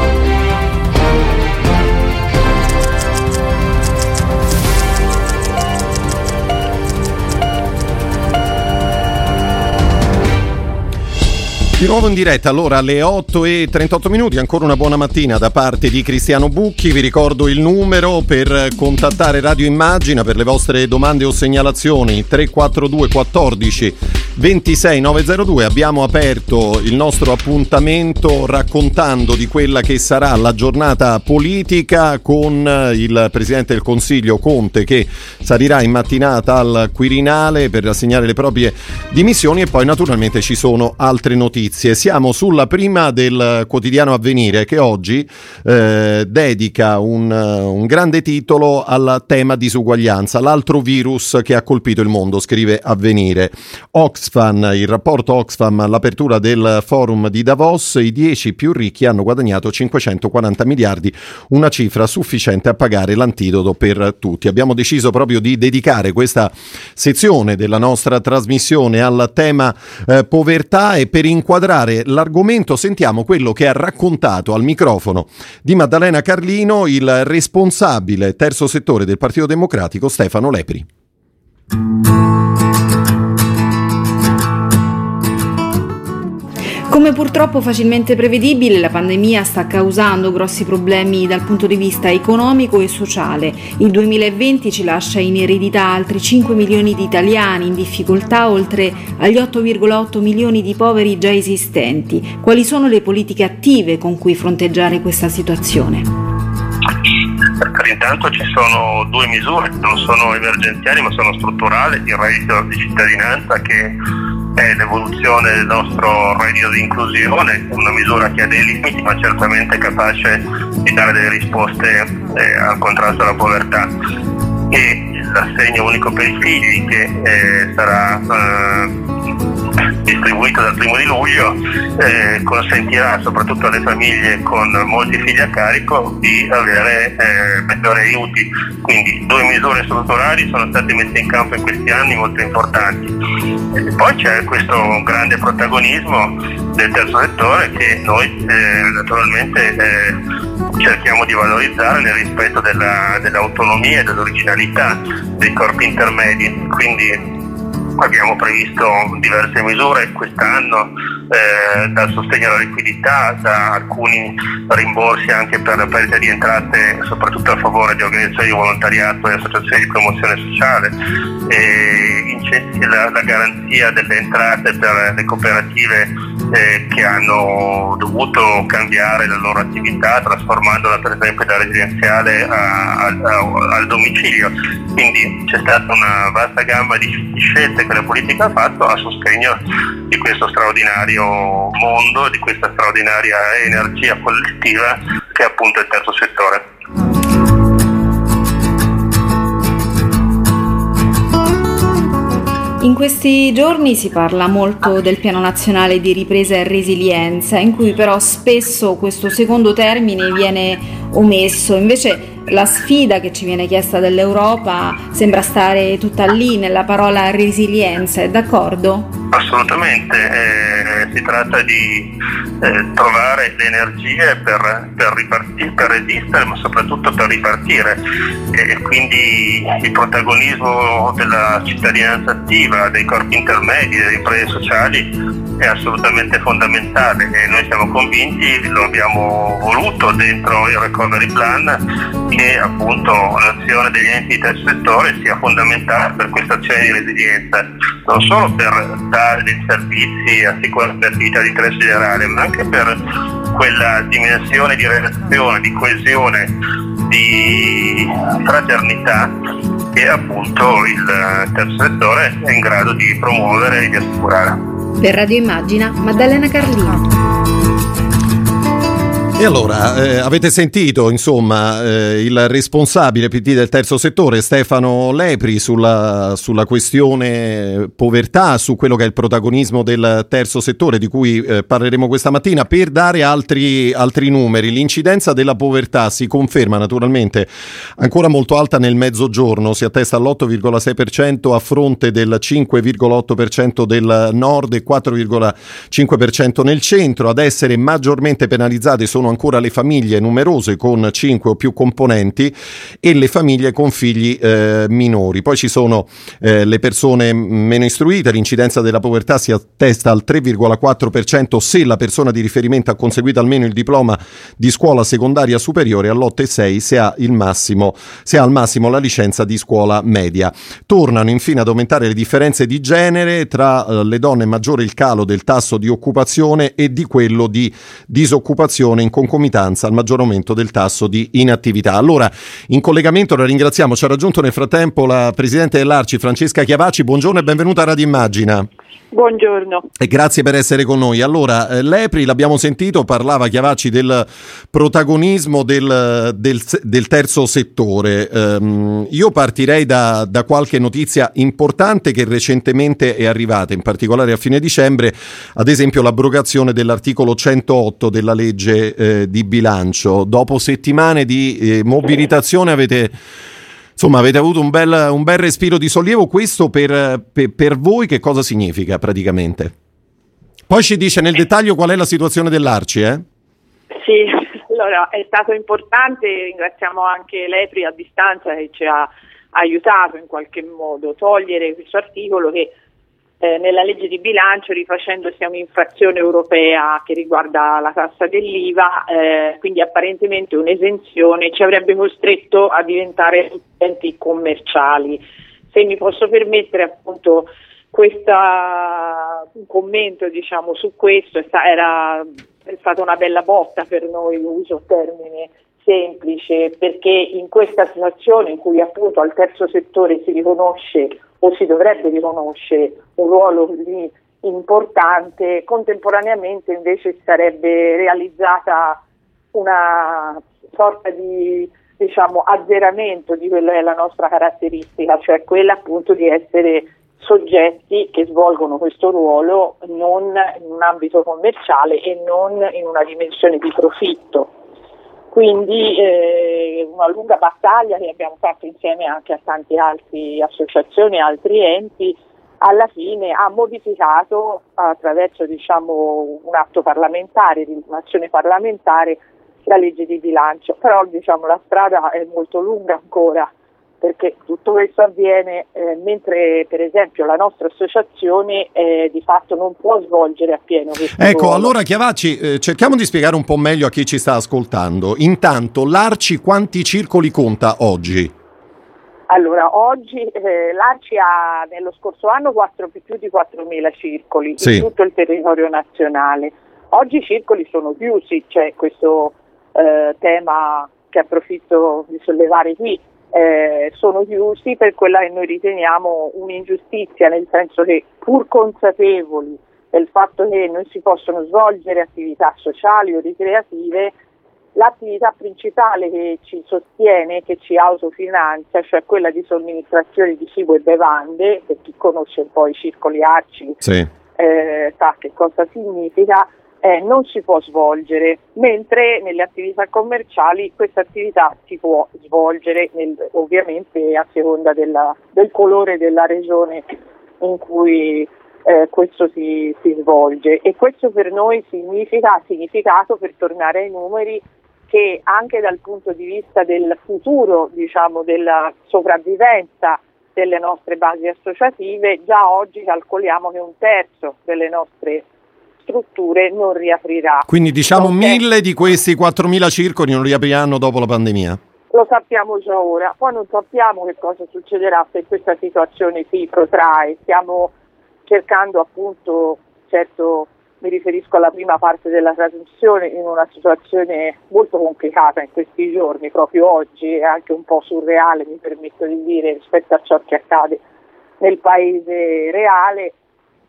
Di nuovo in diretta, allora alle 8:38, ancora una buona mattina da parte di Cristiano Bucchi. Vi ricordo il numero per contattare Radio Immagina per le vostre domande o segnalazioni: 342 14 26 902. Abbiamo aperto il nostro appuntamento raccontando di quella che sarà la giornata politica con il Presidente del Consiglio Conte, che salirà in mattinata al Quirinale per rassegnare le proprie dimissioni, e poi naturalmente ci sono altre notizie. Siamo sulla prima del quotidiano Avvenire, che oggi dedica un grande titolo al tema disuguaglianza, l'altro virus che ha colpito il mondo, scrive Avvenire. Oxfam, il rapporto Oxfam all'apertura del forum di Davos: i 10 più ricchi hanno guadagnato 540 miliardi, una cifra sufficiente a pagare l'antidoto per tutti. Abbiamo deciso proprio di dedicare questa sezione della nostra trasmissione al tema povertà, e per inquadrare l'argomento sentiamo quello che ha raccontato al microfono di Maddalena Carlino il responsabile terzo settore del Partito Democratico, Stefano Lepri. Come purtroppo facilmente prevedibile, la pandemia sta causando grossi problemi dal punto di vista economico e sociale. Il 2020 ci lascia in eredità altri 5 milioni di italiani in difficoltà, oltre agli 8,8 milioni di poveri già esistenti. Quali sono le politiche attive con cui fronteggiare questa situazione? Intanto ci sono due misure che non sono emergenziali ma sono strutturali: il reddito di cittadinanza, che è l'evoluzione del nostro reddito di inclusione, una misura che ha dei limiti ma certamente capace di dare delle risposte al contrasto alla povertà, e l'assegno unico per i figli, che sarà distribuito dal 1 di luglio, consentirà soprattutto alle famiglie con molti figli a carico di avere maggiori aiuti. Quindi due misure strutturali sono state messe in campo in questi anni molto importanti. E poi c'è questo grande protagonismo del terzo settore che noi naturalmente cerchiamo di valorizzare nel rispetto dell'autonomia e dell'originalità dei corpi intermedi. Quindi abbiamo previsto diverse misure quest'anno, dal sostegno alla liquidità, da alcuni rimborsi anche per la perdita di entrate, soprattutto a favore di organizzazioni di volontariato e associazioni di promozione sociale, la garanzia delle entrate per le cooperative che hanno dovuto cambiare la loro attività, trasformandola per esempio da residenziale al domicilio. Quindi c'è stata una vasta gamma di scelte che la politica ha fatto a sostegno di questo straordinario mondo, di questa straordinaria energia collettiva che è appunto il terzo settore. In questi giorni si parla molto del Piano Nazionale di Ripresa e Resilienza, in cui però spesso questo secondo termine viene omesso. Invece la sfida che ci viene chiesta dall'Europa sembra stare tutta lì nella parola resilienza, è d'accordo? Assolutamente, si tratta di trovare le energie per ripartire, per resistere, ma soprattutto per ripartire, e quindi il protagonismo della cittadinanza attiva, dei corpi intermedi, delle imprese sociali è assolutamente fondamentale, e noi siamo convinti, lo abbiamo voluto dentro il Recovery Plan, che appunto l'azione degli enti di terzo settore sia fondamentale per questa azione di resilienza, non solo per dare dei servizi, assicurare l'attività di interesse generale, ma anche per quella dimensione di relazione, di coesione, di fraternità che appunto il terzo settore è in grado di promuovere e di assicurare. Per Radio Immagina, Maddalena Carlino. E allora, avete sentito insomma il responsabile PD del terzo settore, Stefano Lepri, sulla questione povertà, su quello che è il protagonismo del terzo settore di cui parleremo questa mattina. Per dare altri numeri, l'incidenza della povertà si conferma naturalmente ancora molto alta nel mezzogiorno, si attesta all'8,6% a fronte del 5,8% del nord e 4,5% nel centro. Ad essere maggiormente penalizzate sono ancora le famiglie numerose con 5 o più componenti e le famiglie con figli minori. Poi ci sono le persone meno istruite, l'incidenza della povertà si attesta al 3,4% se la persona di riferimento ha conseguito almeno il diploma di scuola secondaria superiore, all'8,6% se ha al massimo la licenza di scuola media. Tornano infine ad aumentare le differenze di genere, tra le donne è maggiore il calo del tasso di occupazione e di quello di disoccupazione in concomitanza al maggior aumento del tasso di inattività. Allora, in collegamento la ringraziamo, ci ha raggiunto nel frattempo la Presidente dell'Arci, Francesca Chiavacci. Buongiorno e benvenuta a Radio Immagina. Buongiorno. E grazie per essere con noi. Allora, Lepri, l'abbiamo sentito, parlava Chiavacci del protagonismo del terzo settore. Io partirei da qualche notizia importante che recentemente è arrivata, in particolare a fine dicembre, ad esempio l'abrogazione dell'articolo 108 della legge di bilancio. Dopo settimane di mobilitazione avete avuto un bel respiro di sollievo. Questo per voi che cosa significa praticamente? Poi ci dice nel dettaglio qual è la situazione dell'Arci, Sì, allora è stato importante, ringraziamo anche Lepri a distanza che ci ha aiutato in qualche modo togliere questo articolo che nella legge di bilancio, rifacendosi a un'infrazione europea che riguarda la tassa dell'IVA, quindi apparentemente un'esenzione ci avrebbe costretto a diventare enti commerciali. Se mi posso permettere appunto un commento su questo, è stata una bella botta per noi, uso un termine semplice, perché in questa situazione in cui appunto al terzo settore si riconosce o si dovrebbe riconoscere un ruolo così importante, contemporaneamente invece sarebbe realizzata una sorta di azzeramento di quella che è la nostra caratteristica, cioè quella appunto di essere soggetti che svolgono questo ruolo non in un ambito commerciale e non in una dimensione di profitto. Quindi una lunga battaglia che abbiamo fatto insieme anche a tante altre associazioni e altri enti, alla fine ha modificato attraverso un atto parlamentare, di un'azione parlamentare, la legge di bilancio. Però la strada è molto lunga ancora, perché tutto questo avviene mentre per esempio la nostra associazione di fatto non può svolgere appieno questo ruolo. Allora Chiavacci, cerchiamo di spiegare un po' meglio a chi ci sta ascoltando. Intanto l'Arci quanti circoli conta oggi? Allora, oggi l'Arci ha nello scorso anno più di 4.000 circoli in tutto il territorio nazionale. Oggi i circoli sono chiusi, c'è questo tema che approfitto di sollevare qui. Sono chiusi per quella che noi riteniamo un'ingiustizia, nel senso che pur consapevoli del fatto che non si possono svolgere attività sociali o ricreative, l'attività principale che ci sostiene, che ci autofinanzia, cioè quella di somministrazione di cibo e bevande, per chi conosce un po' i circoli Arci sa che cosa significa, non si può svolgere, mentre nelle attività commerciali questa attività si può svolgere ovviamente a seconda del colore della regione in cui questo si svolge, e questo per noi ha significato, per tornare ai numeri, che anche dal punto di vista del futuro, della sopravvivenza delle nostre basi associative, già oggi calcoliamo che 1/3 delle nostre strutture non riaprirà. Quindi 1.000 di questi 4.000 circoli non riapriranno dopo la pandemia? Lo sappiamo già ora, poi non sappiamo che cosa succederà se questa situazione si protrae. Stiamo cercando appunto, certo mi riferisco alla prima parte della trasmissione, in una situazione molto complicata in questi giorni, proprio oggi, e anche un po' surreale, mi permetto di dire, rispetto a ciò che accade nel paese reale,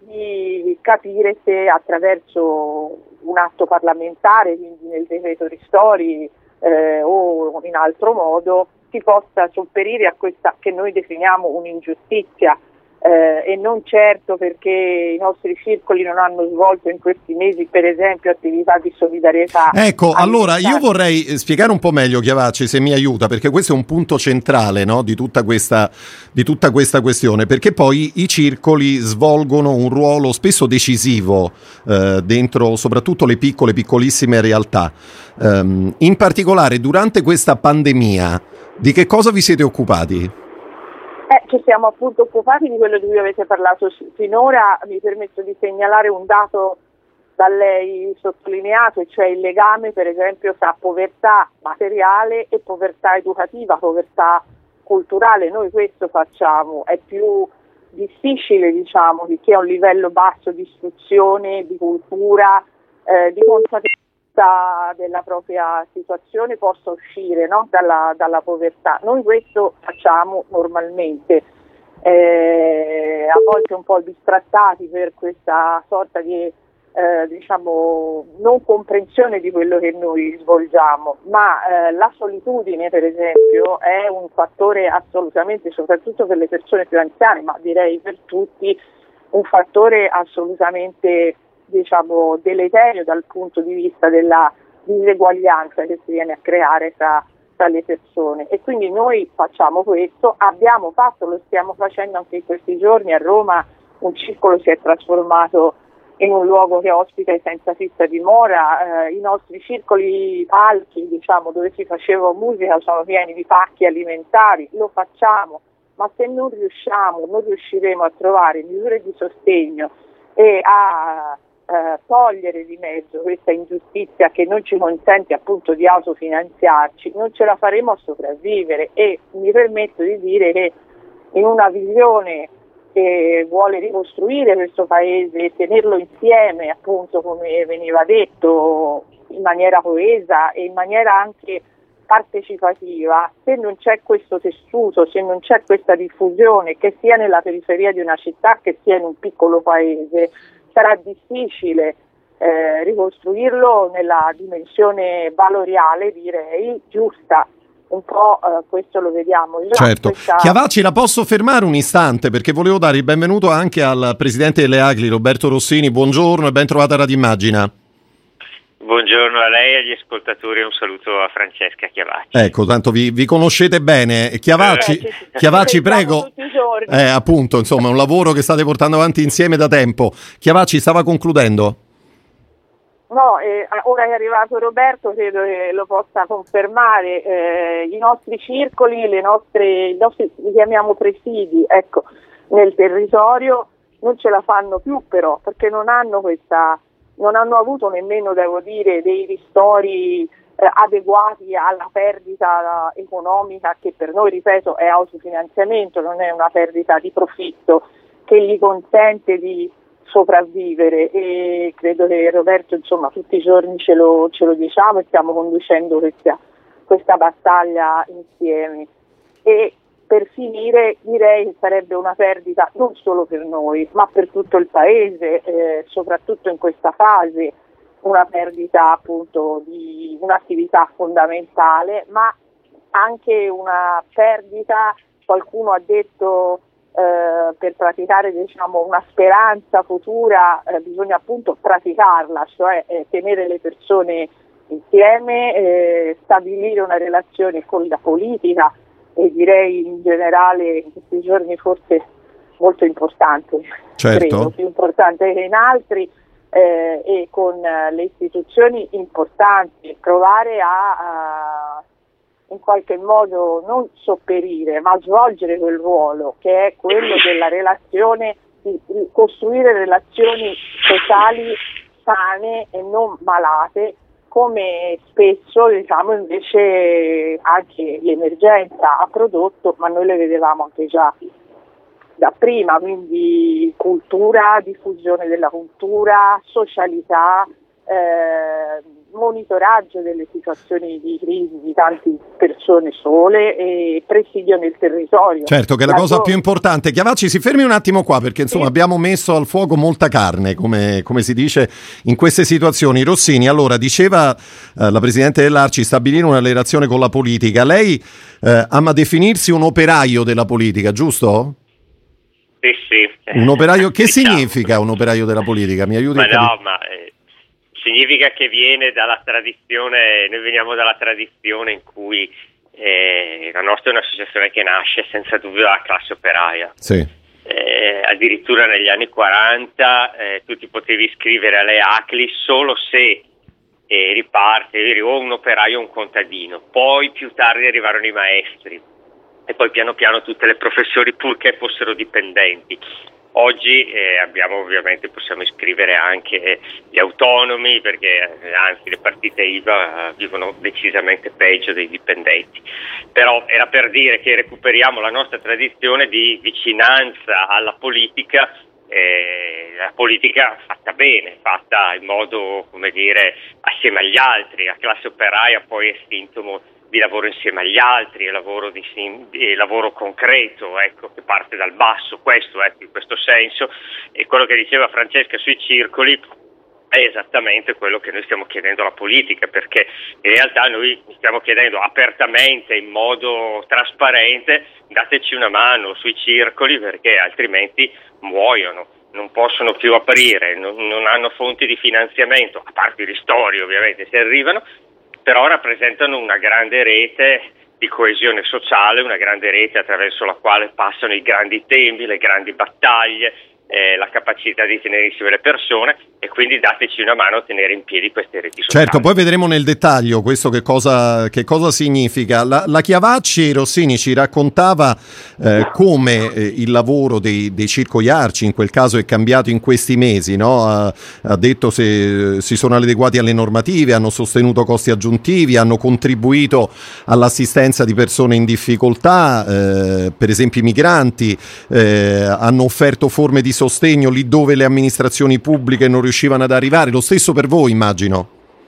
di capire se attraverso un atto parlamentare, quindi nel decreto ristori o in altro modo, si possa sopperire a questa che noi definiamo un'ingiustizia, e non certo perché i nostri circoli non hanno svolto in questi mesi, per esempio, attività di solidarietà. Ecco, allora io vorrei spiegare un po' meglio, Chiavacci, se mi aiuta, perché questo è un punto centrale, no, di tutta questa questione, perché poi i circoli svolgono un ruolo spesso decisivo dentro soprattutto le piccolissime realtà. In particolare durante questa pandemia, di che cosa vi siete occupati? Ci siamo appunto occupati di quello di cui avete parlato finora. Mi permetto di segnalare un dato da lei sottolineato, cioè il legame per esempio tra povertà materiale e povertà educativa, povertà culturale. Noi questo facciamo, è più difficile, diciamo, di chi ha un livello basso di istruzione, di cultura, di consapevolezza della propria situazione possa uscire, no? dalla povertà. Noi questo facciamo normalmente, a volte un po' distrattati per questa sorta di non comprensione di quello che noi svolgiamo, ma la solitudine per esempio è un fattore assolutamente, soprattutto per le persone più anziane, ma direi per tutti, un fattore assolutamente deleterio dal punto di vista della diseguaglianza che si viene a creare tra le persone. E quindi noi facciamo questo, abbiamo fatto, lo stiamo facendo anche in questi giorni. A Roma un circolo si è trasformato in un luogo che ospita i senza fissa dimora, i nostri circoli palchi, dove si faceva musica, sono pieni di pacchi alimentari, lo facciamo, ma se non riusciremo a trovare misure di sostegno e a togliere di mezzo questa ingiustizia che non ci consente appunto di autofinanziarci, non ce la faremo a sopravvivere. E mi permetto di dire che in una visione che vuole ricostruire questo paese e tenerlo insieme, appunto come veniva detto, in maniera coesa e in maniera anche partecipativa, se non c'è questo tessuto, se non c'è questa diffusione, che sia nella periferia di una città che sia in un piccolo paese, sarà difficile ricostruirlo nella dimensione valoriale, direi, giusta. Un po' questo lo vediamo già. Certo. Chiavacci, la posso fermare un istante perché volevo dare il benvenuto anche al presidente delle Agli, Roberto Rossini. Buongiorno e ben trovata Radio Immagina. Buongiorno a lei e agli ascoltatori e un saluto a Francesca Chiavacci. Ecco, tanto vi conoscete bene. Chiavacci, prego. Appunto, insomma, è un lavoro che state portando avanti insieme da tempo. Chiavacci, stava concludendo? No, ora è arrivato Roberto, credo che lo possa confermare. I nostri circoli, i nostri li chiamiamo presidi, ecco, nel territorio non ce la fanno più però, perché non hanno avuto nemmeno, devo dire, dei ristori adeguati alla perdita economica che per noi, ripeto, è autofinanziamento, non è una perdita di profitto che gli consente di sopravvivere. E credo che Roberto, insomma, tutti i giorni ce lo diciamo e stiamo conducendo questa battaglia insieme. E per finire direi che sarebbe una perdita non solo per noi ma per tutto il paese, soprattutto in questa fase, una perdita appunto di un'attività fondamentale, ma anche una perdita, qualcuno ha detto, per praticare una speranza futura bisogna appunto praticarla, cioè tenere le persone insieme, stabilire una relazione con la politica e direi in generale in questi giorni forse molto importante, certo. Credo, più importante che in altri, e con le istituzioni importanti provare a in qualche modo non sopperire ma svolgere quel ruolo che è quello della relazione, di costruire relazioni sociali sane e non malate, come spesso invece anche l'emergenza ha prodotto, ma noi le vedevamo anche già da prima, quindi cultura, diffusione della cultura, socialità, monitoraggio delle situazioni di crisi di tante persone sole e presidio nel territorio. Certo, che è la cosa più importante. Chiavacci, si fermi un attimo qua, perché insomma abbiamo messo al fuoco molta carne, come si dice in queste situazioni. Rossini, allora, diceva la Presidente dell'Arci, stabilire una relazione con la politica. Lei ama definirsi un operaio della politica, giusto? Sì. Un operaio, che significa un operaio della politica? Mi aiuti a capire? Significa che viene dalla tradizione, noi veniamo dalla tradizione in cui la nostra è un'associazione che nasce senza dubbio dalla classe operaia. Sì. Addirittura negli anni 40 tu ti potevi iscrivere alle ACLI solo se eri o un operaio o un contadino. Poi più tardi arrivarono i maestri e poi piano piano tutte le professioni, purché fossero dipendenti. Oggi possiamo iscrivere anche gli autonomi, perché anzi le partite IVA vivono decisamente peggio dei dipendenti. Però era per dire che recuperiamo la nostra tradizione di vicinanza alla politica, la politica fatta bene, fatta in modo, assieme agli altri. La classe operaia poi è sintomo di lavoro insieme agli altri, lavoro concreto, che parte dal basso, in questo senso. E quello che diceva Francesca sui circoli è esattamente quello che noi stiamo chiedendo alla politica, perché in realtà noi stiamo chiedendo apertamente, in modo trasparente, dateci una mano sui circoli, perché altrimenti muoiono, non possono più aprire, non hanno fonti di finanziamento, a parte i ristori ovviamente se arrivano, però rappresentano una grande rete di coesione sociale, una grande rete attraverso la quale passano i grandi temi, le grandi battaglie, la capacità di tenere insieme le persone, e quindi dateci una mano a tenere in piedi queste reti sociali. Certo, poi vedremo nel dettaglio questo che cosa significa. La Chiavacci, Rossini, ci raccontava come il lavoro dei circoli Arci in quel caso è cambiato in questi mesi, no? Ha detto se si sono adeguati alle normative, hanno sostenuto costi aggiuntivi, hanno contribuito all'assistenza di persone in difficoltà, per esempio i migranti, hanno offerto forme di sostegno lì dove le amministrazioni pubbliche non riuscivano ad arrivare. Lo stesso per voi, immagino.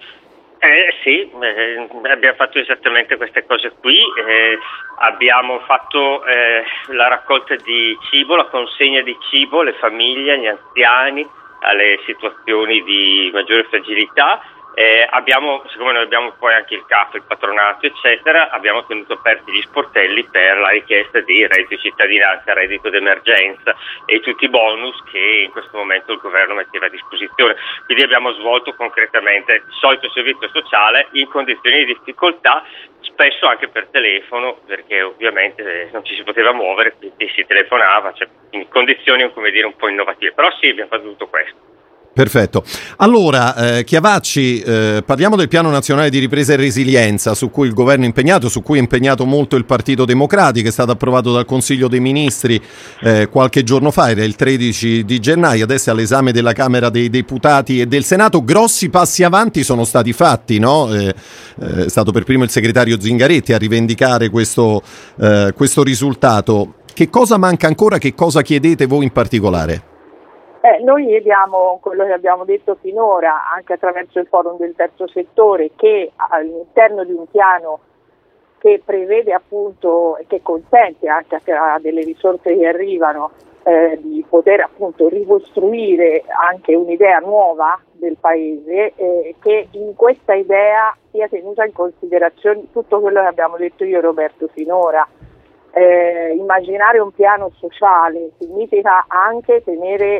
Sì, abbiamo fatto esattamente queste cose qui. Abbiamo fatto la raccolta di cibo, la consegna di cibo alle famiglie, agli anziani, alle situazioni di maggiore fragilità. Siccome noi abbiamo poi anche il CAF, il patronato eccetera, abbiamo tenuto aperti gli sportelli per la richiesta di reddito di cittadinanza, reddito d'emergenza e tutti i bonus che in questo momento il governo metteva a disposizione. Quindi abbiamo svolto concretamente il solito servizio sociale in condizioni di difficoltà, spesso anche per telefono, perché ovviamente non ci si poteva muovere, quindi si telefonava, in condizioni un po' innovative. Però sì, abbiamo fatto tutto questo. Perfetto. Allora, Chiavacci, parliamo del Piano Nazionale di Ripresa e Resilienza, su cui il governo è impegnato, su cui è impegnato molto il Partito Democratico. È stato approvato dal Consiglio dei Ministri qualche giorno fa, era il 13 di gennaio, adesso è all'esame della Camera dei Deputati e del Senato. Grossi passi avanti sono stati fatti, no? È stato per primo il segretario Zingaretti a rivendicare questo risultato. Che cosa manca ancora? Che cosa chiedete voi in particolare? Noi chiediamo quello che abbiamo detto finora, anche attraverso il forum del terzo settore, che all'interno di un piano che prevede appunto e che consente anche a delle risorse che arrivano di poter appunto ricostruire anche un'idea nuova del paese, che in questa idea sia tenuta in considerazione tutto quello che abbiamo detto io e Roberto finora. Immaginare un piano sociale significa anche tenere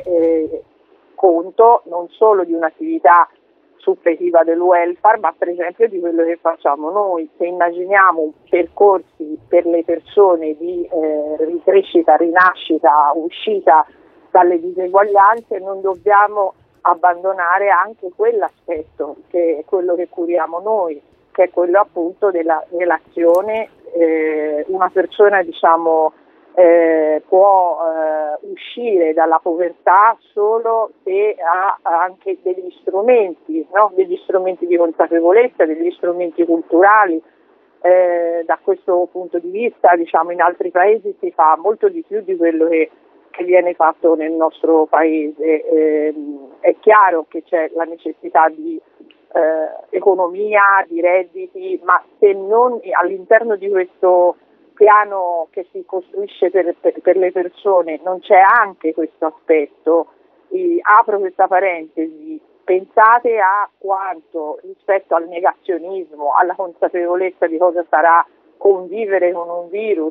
conto non solo di un'attività suppletiva del welfare, ma per esempio di quello che facciamo noi. Se immaginiamo percorsi per le persone di ricrescita, rinascita, uscita dalle diseguaglianze, non dobbiamo abbandonare anche quell'aspetto che è quello che curiamo noi, che è quello appunto della relazione. Una persona può uscire dalla povertà solo se ha anche degli strumenti, no? Degli strumenti di consapevolezza, degli strumenti culturali. Da questo punto di vista in altri paesi si fa molto di più di quello che che viene fatto nel nostro paese. È chiaro che c'è la necessità di economia, di redditi, ma se non all'interno di questo piano che si costruisce per le persone non c'è anche questo aspetto. Apro questa parentesi, pensate a quanto rispetto al negazionismo, alla consapevolezza di cosa sarà convivere con un virus,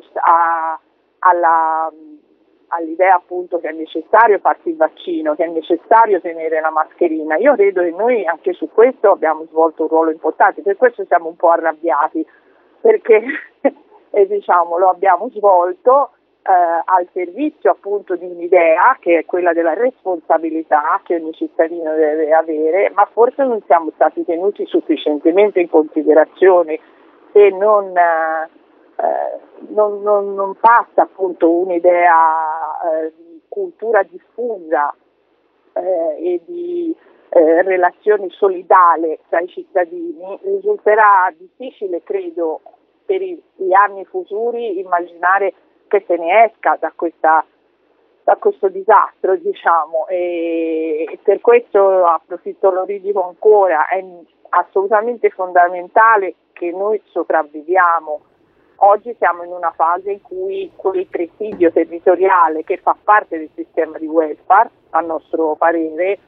all'idea appunto che è necessario farsi il vaccino, che è necessario tenere la mascherina. Io credo che noi anche su questo abbiamo svolto un ruolo importante, per questo siamo un po' arrabbiati, perché lo abbiamo svolto al servizio appunto di un'idea che è quella della responsabilità che ogni cittadino deve avere, ma forse non siamo stati tenuti sufficientemente in considerazione e non passa appunto un'idea di cultura diffusa e di relazione solidale tra i cittadini. Risulterà difficile, credo, per gli anni futuri immaginare che se ne esca da questo disastro, e per questo approfitto, lo ridico ancora, è assolutamente fondamentale che noi sopravviviamo. Oggi siamo in una fase in cui quel presidio territoriale che fa parte del sistema di welfare, a nostro parere,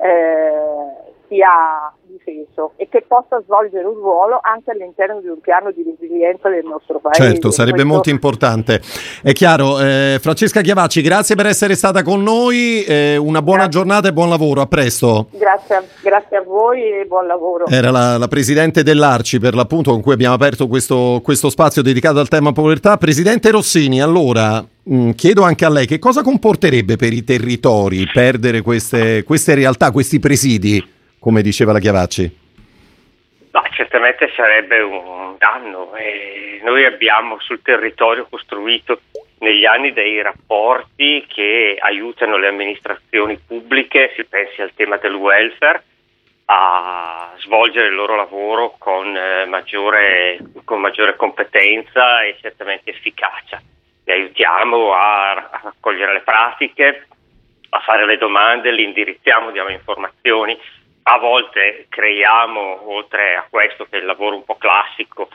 sia difeso e che possa svolgere un ruolo anche all'interno di un piano di resilienza del nostro paese. Certo, sarebbe molto importante. È chiaro. Francesca Chiavacci, grazie per essere stata con noi, una buona giornata e buon lavoro, a presto. Grazie a voi e buon lavoro. Era la presidente dell'Arci, per l'appunto, con cui abbiamo aperto questo spazio dedicato al tema povertà. Presidente Rossini, allora chiedo anche a lei che cosa comporterebbe per i territori perdere queste realtà, questi presidi, come diceva la Chiavacci? Certamente sarebbe un danno. Noi abbiamo sul territorio costruito negli anni dei rapporti che aiutano le amministrazioni pubbliche, si pensi al tema del welfare, a svolgere il loro lavoro con maggiore competenza e certamente efficacia. Li aiutiamo a raccogliere le pratiche, a fare le domande, li indirizziamo, diamo informazioni. A volte creiamo, oltre a questo che è il lavoro un po' classico,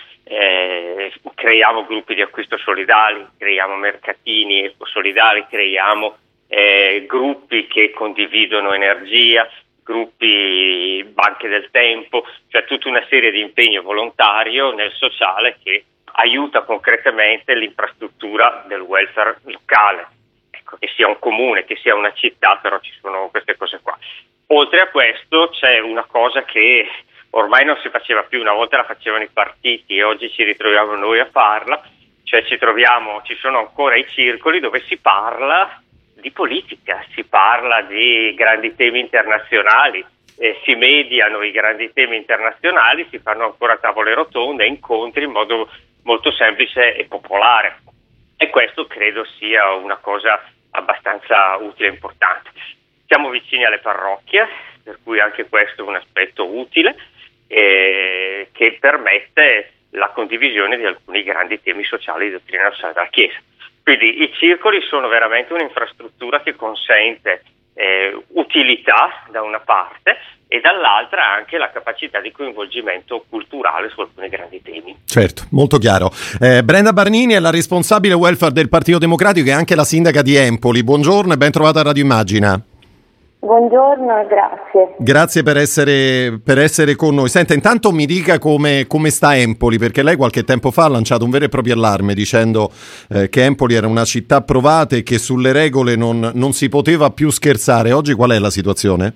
creiamo gruppi di acquisto solidali, creiamo mercatini ecosolidali, creiamo gruppi che condividono energia, gruppi banche del tempo, cioè tutta una serie di impegno volontario nel sociale che aiuta concretamente l'infrastruttura del welfare locale. Ecco, che sia un comune, che sia una città, però ci sono queste cose qua. Oltre a questo c'è una cosa che ormai non si faceva più, una volta la facevano i partiti e oggi ci ritroviamo noi a farla, cioè ci sono ancora i circoli dove si parla di politica, si parla di grandi temi internazionali, si mediano i grandi temi internazionali, si fanno ancora tavole rotonde, incontri in modo molto semplice e popolare, e questo credo sia una cosa abbastanza utile e importante. Siamo vicini alle parrocchie, per cui anche questo è un aspetto utile che permette la condivisione di alcuni grandi temi sociali di dottrina sociale della Chiesa. Quindi i circoli sono veramente un'infrastruttura che consente utilità da una parte e dall'altra anche la capacità di coinvolgimento culturale su alcuni grandi temi. Certo, molto chiaro. Brenda Barnini è la responsabile welfare del Partito Democratico e anche la sindaca di Empoli. Buongiorno e ben trovata a Radio Immagina. Buongiorno e grazie. Grazie per essere con noi. Senta, intanto mi dica come sta Empoli, perché lei qualche tempo fa ha lanciato un vero e proprio allarme dicendo che Empoli era una città provata e che sulle regole non si poteva più scherzare. Oggi qual è la situazione?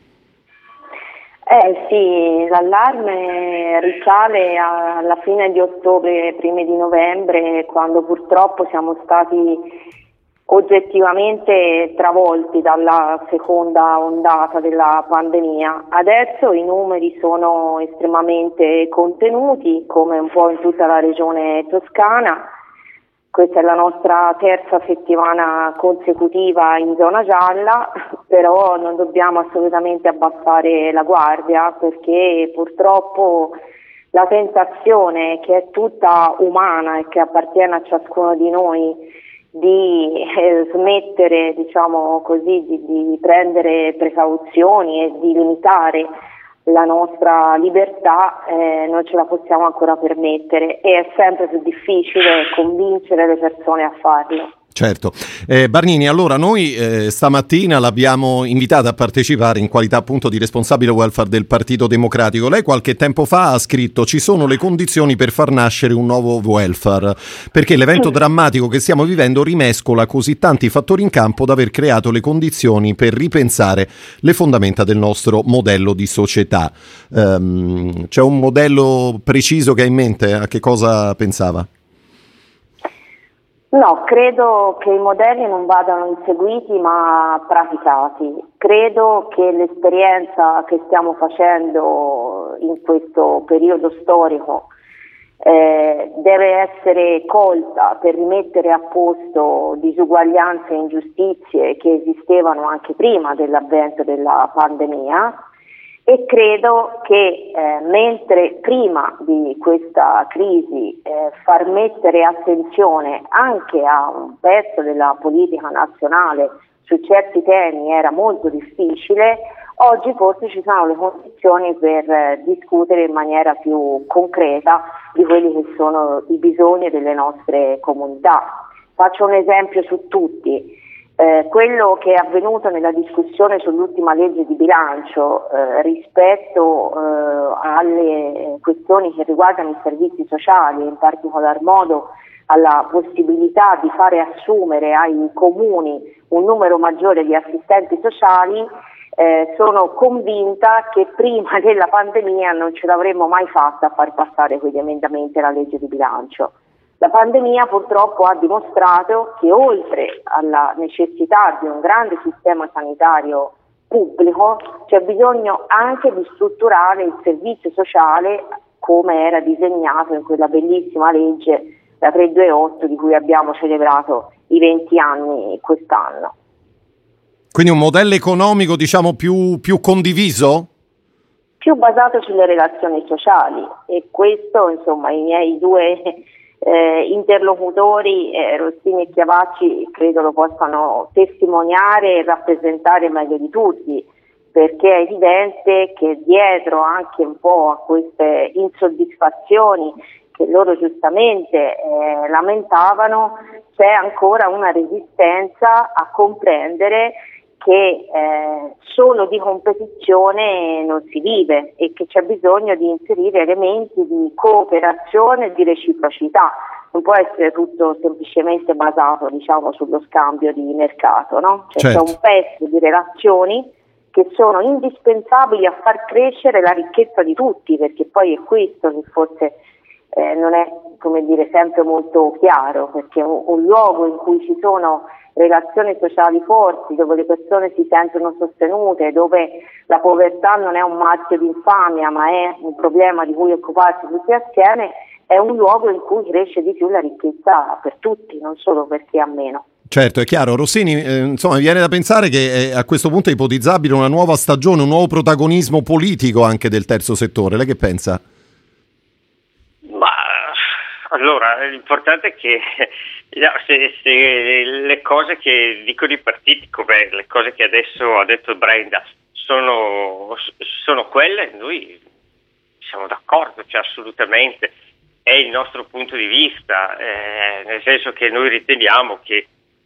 Sì, l'allarme risale alla fine di ottobre, primi di novembre, quando purtroppo siamo stati oggettivamente travolti dalla seconda ondata della pandemia. Adesso i numeri sono estremamente contenuti, come un po' in tutta la regione toscana. Questa è la nostra terza settimana consecutiva in zona gialla, però non dobbiamo assolutamente abbassare la guardia, perché purtroppo la tentazione, che è tutta umana e che appartiene a ciascuno di noi, di smettere, diciamo così, di prendere precauzioni e di limitare la nostra libertà, non ce la possiamo ancora permettere, e è sempre più difficile convincere le persone a farlo. Certo. Barnini, allora noi stamattina l'abbiamo invitata a partecipare in qualità appunto di responsabile welfare del Partito Democratico. Lei qualche tempo fa ha scritto: ci sono le condizioni per far nascere un nuovo welfare, perché l'evento drammatico che stiamo vivendo rimescola così tanti fattori in campo da aver creato le condizioni per ripensare le fondamenta del nostro modello di società. C'è un modello preciso che ha in mente? A che cosa pensava? No, credo che i modelli non vadano inseguiti ma praticati. Credo che l'esperienza che stiamo facendo in questo periodo storico deve essere colta per rimettere a posto disuguaglianze e ingiustizie che esistevano anche prima dell'avvento della pandemia. E credo che mentre prima di questa crisi far mettere attenzione anche a un pezzo della politica nazionale su certi temi era molto difficile, oggi forse ci sono le condizioni per discutere in maniera più concreta di quelli che sono i bisogni delle nostre comunità. Faccio un esempio su tutti. Quello che è avvenuto nella discussione sull'ultima legge di bilancio rispetto alle questioni che riguardano i servizi sociali, in particolar modo alla possibilità di fare assumere ai comuni un numero maggiore di assistenti sociali, sono convinta che prima della pandemia non ce l'avremmo mai fatta a far passare quegli emendamenti alla legge di bilancio. La pandemia purtroppo ha dimostrato che oltre alla necessità di un grande sistema sanitario pubblico c'è bisogno anche di strutturare il servizio sociale come era disegnato in quella bellissima legge, la 328, di cui abbiamo celebrato i 20 anni quest'anno. Quindi un modello economico, diciamo, più condiviso? Più basato sulle relazioni sociali, e questo, insomma, i miei due interlocutori, Rossini e Chiavacci, credo lo possano testimoniare e rappresentare meglio di tutti, perché è evidente che dietro anche un po' a queste insoddisfazioni che loro giustamente lamentavano c'è ancora una resistenza a comprendere che solo di competizione non si vive e che c'è bisogno di inserire elementi di cooperazione e di reciprocità. Non può essere tutto semplicemente basato, diciamo, sullo scambio di mercato, no? C'è un pezzo di relazioni che sono indispensabili a far crescere la ricchezza di tutti, perché poi è questo che forse non è, come dire, sempre molto chiaro, perché un luogo in cui ci sono relazioni sociali forti, dove le persone si sentono sostenute, dove la povertà non è un marchio di infamia ma è un problema di cui occuparsi tutti assieme, è un luogo in cui cresce di più la ricchezza per tutti, non solo per chi ha meno. Certo, è chiaro. Rossini, insomma, mi viene da pensare che a questo punto è ipotizzabile una nuova stagione, un nuovo protagonismo politico anche del terzo settore. Lei che pensa? Allora, l'importante è che se le cose che dicono i partiti, come le cose che adesso ha detto Brenda, sono quelle, noi siamo d'accordo, cioè assolutamente, è il nostro punto di vista, nel senso che noi riteniamo che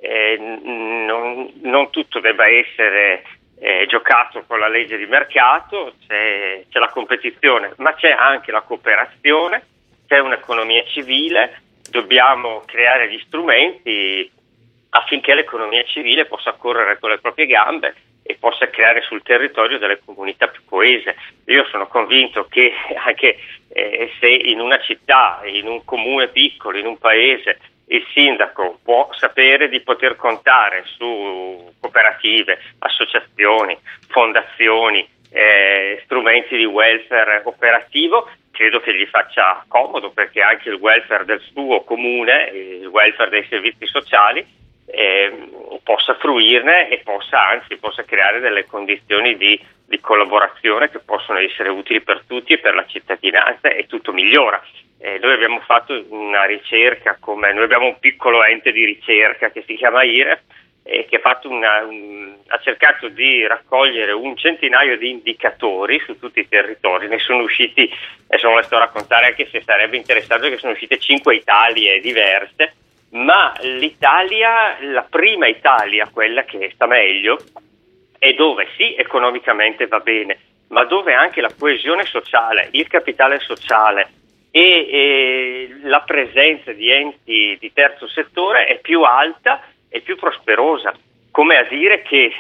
non tutto debba essere giocato con la legge di mercato, c'è la competizione, ma c'è anche la cooperazione, c'è un'economia civile, dobbiamo creare gli strumenti affinché l'economia civile possa correre con le proprie gambe e possa creare sul territorio delle comunità più coese. Io sono convinto che anche se in una città, in un comune piccolo, in un paese, il sindaco può sapere di poter contare su cooperative, associazioni, fondazioni, strumenti di welfare operativo, credo che gli faccia comodo, perché anche il welfare del suo comune, il welfare dei servizi sociali, possa fruirne e possa creare delle condizioni di collaborazione che possono essere utili per tutti e per la cittadinanza, e tutto migliora. Noi abbiamo fatto una ricerca, noi abbiamo un piccolo ente di ricerca che si chiama IREF, che ha cercato di raccogliere un centinaio di indicatori su tutti i territori. Ne sono usciti, adesso non le sto a raccontare anche se sarebbe interessante, che sono uscite 5 Italie diverse, ma l'Italia, la prima Italia, quella che sta meglio, è dove sì, economicamente va bene, ma dove anche la coesione sociale, il capitale sociale e la presenza di enti di terzo settore è più alta e più prosperosa, come a dire che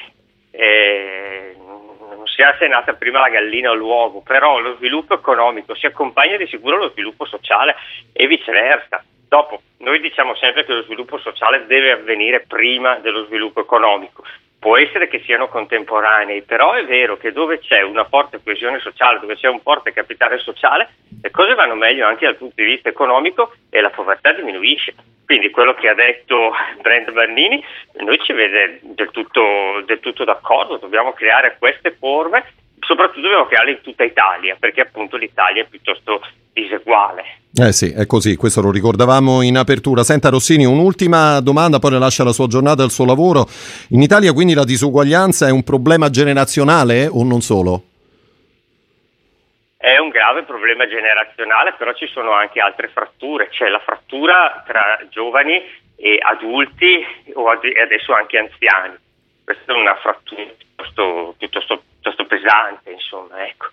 non si è nata prima la gallina o l'uovo, però lo sviluppo economico si accompagna di sicuro allo sviluppo sociale e viceversa. Dopo, noi diciamo sempre che lo sviluppo sociale deve avvenire prima dello sviluppo economico. Può essere che siano contemporanei, però è vero che dove c'è una forte coesione sociale, dove c'è un forte capitale sociale, le cose vanno meglio anche dal punto di vista economico e la povertà diminuisce. Quindi quello che ha detto Brenda Bernini, noi ci vede del tutto d'accordo, dobbiamo creare queste forme, soprattutto dobbiamo crearle in tutta Italia, perché appunto l'Italia è piuttosto diseguale. Sì, è così, questo lo ricordavamo in apertura. Senta Rossini, un'ultima domanda, poi le lascia la sua giornata e il suo lavoro. In Italia quindi la disuguaglianza è un problema generazionale o non solo? È un grave problema generazionale, però ci sono anche altre fratture. C'è la frattura tra giovani e adulti e adesso anche anziani. Questa è una frattura piuttosto pesante, insomma, ecco.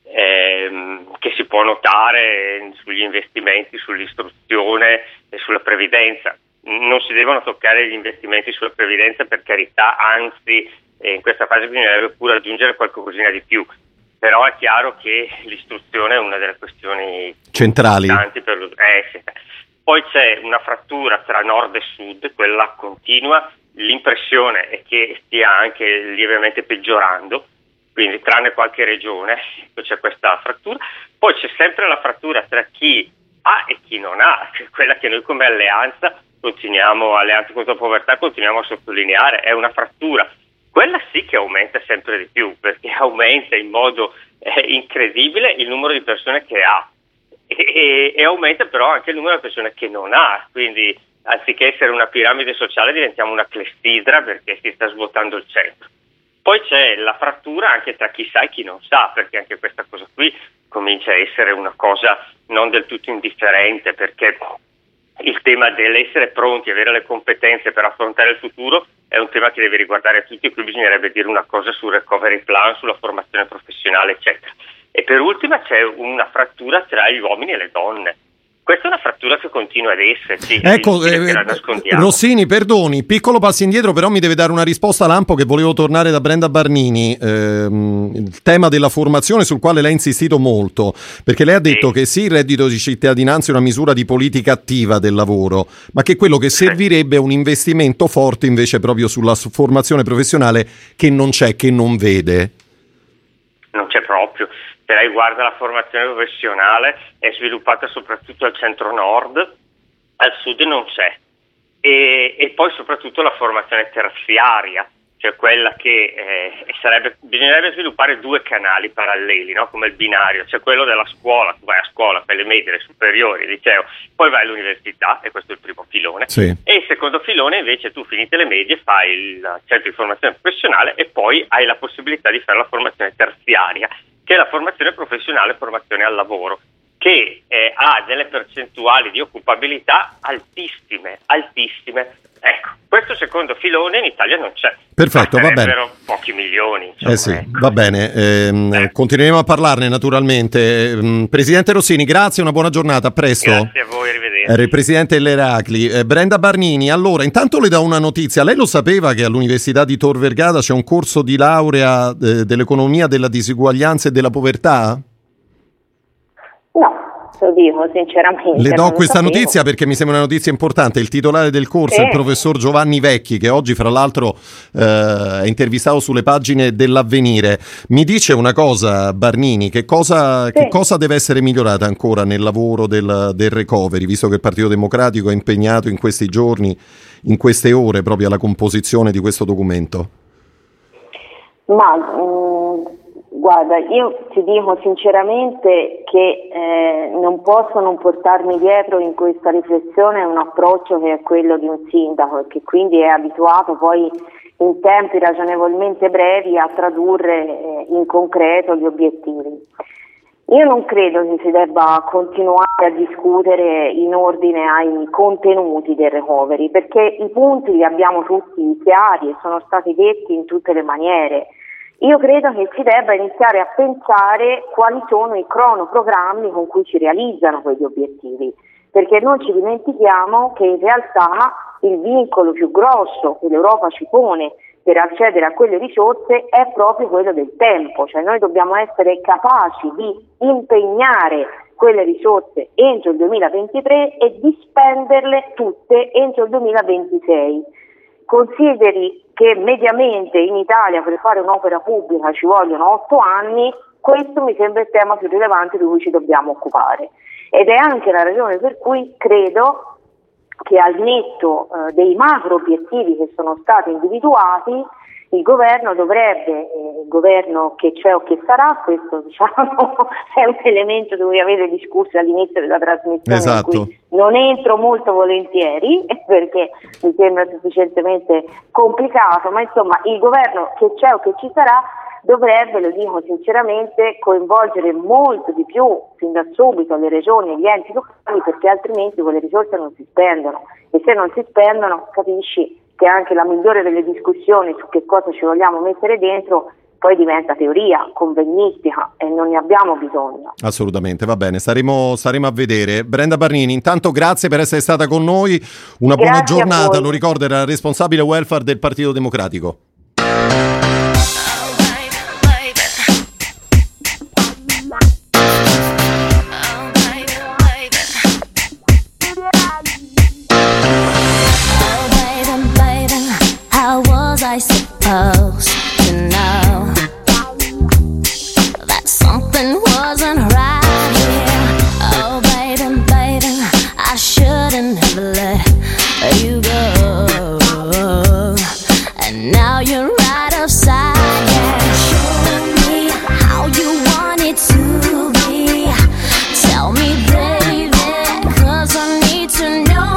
Che si può notare sugli investimenti, sull'istruzione e sulla previdenza. Non si devono toccare gli investimenti sulla previdenza, per carità, anzi in questa fase bisognerebbe pure aggiungere qualcosina di più, però è chiaro che l'istruzione è una delle questioni centrali. Poi c'è una frattura tra nord e sud, quella continua, l'impressione è che stia anche lievemente peggiorando, quindi tranne qualche regione c'è questa frattura. Poi c'è sempre la frattura tra chi ha e chi non ha, quella che noi come Alleanza contro la povertà continuiamo a sottolineare, è una frattura. Quella sì che aumenta sempre di più, perché aumenta in modo incredibile il numero di persone che ha e aumenta però anche il numero di persone che non ha, quindi anziché essere una piramide sociale diventiamo una clessidra perché si sta svuotando il centro. Poi c'è la frattura anche tra chi sa e chi non sa, perché anche questa cosa qui comincia a essere una cosa non del tutto indifferente, perché il tema dell'essere pronti, avere le competenze per affrontare il futuro è un tema che deve riguardare tutti, e qui bisognerebbe dire una cosa sul recovery plan, sulla formazione professionale, eccetera. E per ultima c'è una frattura tra gli uomini e le donne. Questa è una frattura che continua ad esserci. Ecco, Rossini, perdoni, piccolo passo indietro, però mi deve dare una risposta lampo, che volevo tornare da Brenda Bernini. Il tema della formazione, sul quale lei ha insistito molto, perché lei ha detto che sì, il reddito di cittadinanza è una misura di politica attiva del lavoro, ma che quello che servirebbe è un investimento forte invece proprio sulla formazione professionale, che non c'è, che non vede. Non c'è proprio. Se lei guarda la formazione professionale è sviluppata soprattutto al centro-nord, al sud non c'è. E poi soprattutto la formazione terziaria, cioè quella che bisognerebbe sviluppare due canali paralleli, no? Come il binario, c'è quello della scuola, tu vai a scuola, fai le medie, le superiori, il liceo, poi vai all'università, e questo è il primo filone, sì. E il secondo filone invece tu finite le medie fai il centro di formazione professionale e poi hai la possibilità di fare la formazione terziaria, che è la formazione professionale e formazione al lavoro, che ha delle percentuali di occupabilità altissime. Ecco, questo secondo filone in Italia non c'è. Perfetto, va bene. Pochi milioni. Insomma, sì, ecco. Va bene. Continueremo a parlarne naturalmente. Presidente Rossini, grazie, una buona giornata, a presto. Grazie a voi, arrivederci. Era il presidente dell'Eracli. Brenda Bernini, allora, intanto le do una notizia. Lei lo sapeva che all'Università di Tor Vergata c'è un corso di laurea dell'economia della disuguaglianza e della povertà? No. lo dico sinceramente. Le do questa notizia perché mi sembra una notizia importante. Il titolare del corso è il professor Giovanni Vecchi, che oggi fra l'altro è intervistato sulle pagine dell'Avvenire. Mi dice una cosa, Barnini, che cosa deve essere migliorata ancora nel lavoro del recovery, visto che il Partito Democratico è impegnato in questi giorni, in queste ore, proprio alla composizione di questo documento? Guarda, io ti dico sinceramente che non posso non portarmi dietro in questa riflessione un approccio che è quello di un sindaco e che quindi è abituato poi in tempi ragionevolmente brevi a tradurre in concreto gli obiettivi. Io non credo che si debba continuare a discutere in ordine ai contenuti del recovery, perché i punti li abbiamo tutti chiari e sono stati detti in tutte le maniere. Io credo che si debba iniziare a pensare quali sono i cronoprogrammi con cui si realizzano quegli obiettivi, perché non ci dimentichiamo che in realtà il vincolo più grosso che l'Europa ci pone per accedere a quelle risorse è proprio quello del tempo, cioè noi dobbiamo essere capaci di impegnare quelle risorse entro il 2023 e di spenderle tutte entro il 2026. Consideri che mediamente in Italia per fare un'opera pubblica ci vogliono 8 anni, questo mi sembra il tema più rilevante di cui ci dobbiamo occupare. Ed è anche la ragione per cui credo che al netto dei macro obiettivi che sono stati individuati, il governo dovrebbe, il governo che c'è o che sarà, questo diciamo è un elemento di cui avete discusso all'inizio della trasmissione, esatto, in cui non entro molto volentieri perché mi sembra sufficientemente complicato, ma insomma il governo che c'è o che ci sarà dovrebbe, lo dico sinceramente, coinvolgere molto di più fin da subito le regioni e gli enti locali, perché altrimenti quelle risorse non si spendono e se non si spendono capisci che anche la migliore delle discussioni su che cosa ci vogliamo mettere dentro poi diventa teoria, convegnistica e non ne abbiamo bisogno. Assolutamente, va bene, staremo a vedere. Brenda Barnini, intanto grazie per essere stata con noi, una buona giornata, lo ricordo era responsabile welfare del Partito Democratico. I suppose to know that something wasn't right here. Oh baby, baby, I shouldn't have let you go. And now you're right upside down, showing me how you want it to be. Tell me, baby, 'cause I need to know.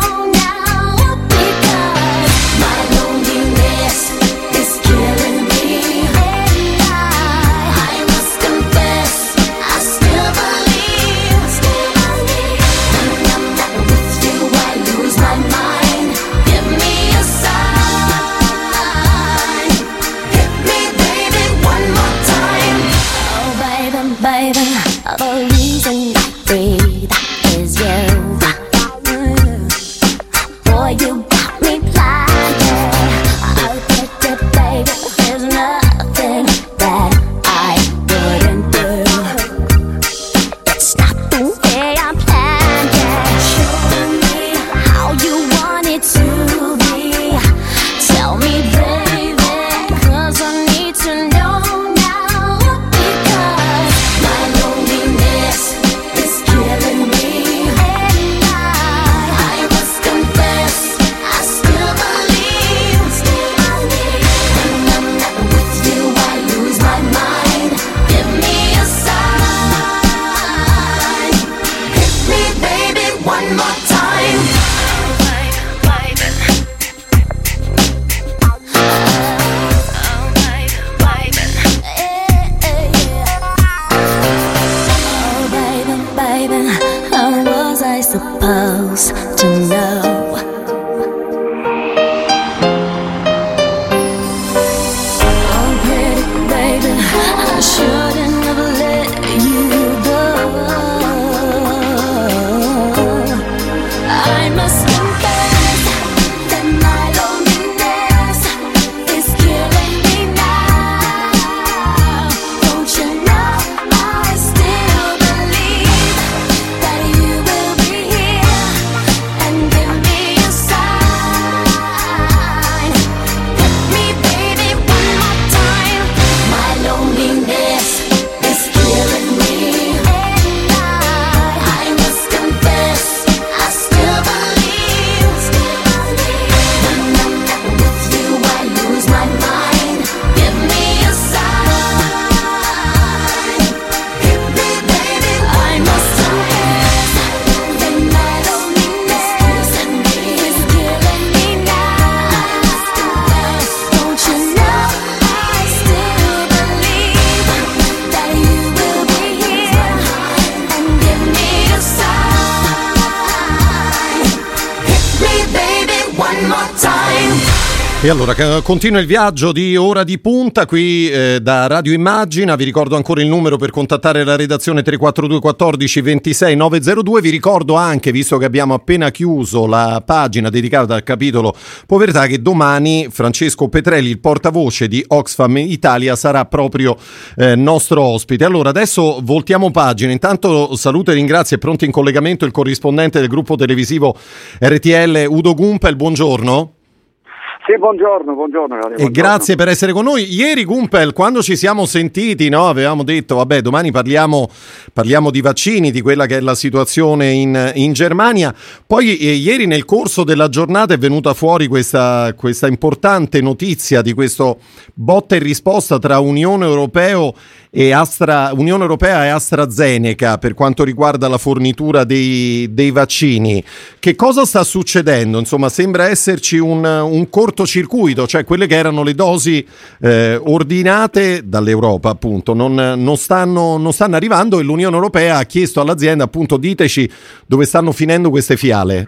one more time. E allora continua il viaggio di Ora di Punta qui da Radio Immagina. Vi ricordo ancora il numero per contattare la redazione: 342 14 26 902. Vi ricordo anche, visto che abbiamo appena chiuso la pagina dedicata al capitolo povertà, che domani Francesco Petrelli, il portavoce di Oxfam Italia, sarà proprio nostro ospite. Allora adesso voltiamo pagina. Intanto saluto e ringrazio, è pronto in collegamento il corrispondente del gruppo televisivo RTL Udo Gumpel. Buongiorno. Sì, buongiorno. E grazie per essere con noi. Ieri, Gumpel, quando ci siamo sentiti, no, avevamo detto, vabbè, domani parliamo di vaccini, di quella che è la situazione in Germania. Poi ieri nel corso della giornata è venuta fuori questa importante notizia di questo botta e risposta tra Unione Europea e AstraZeneca per quanto riguarda la fornitura dei vaccini. Che cosa sta succedendo? Insomma, sembra esserci un cortocircuito, cioè quelle che erano le dosi ordinate dall'Europa, appunto, non stanno arrivando, e l'Unione Europea ha chiesto all'azienda, appunto, diteci dove stanno finendo queste fiale.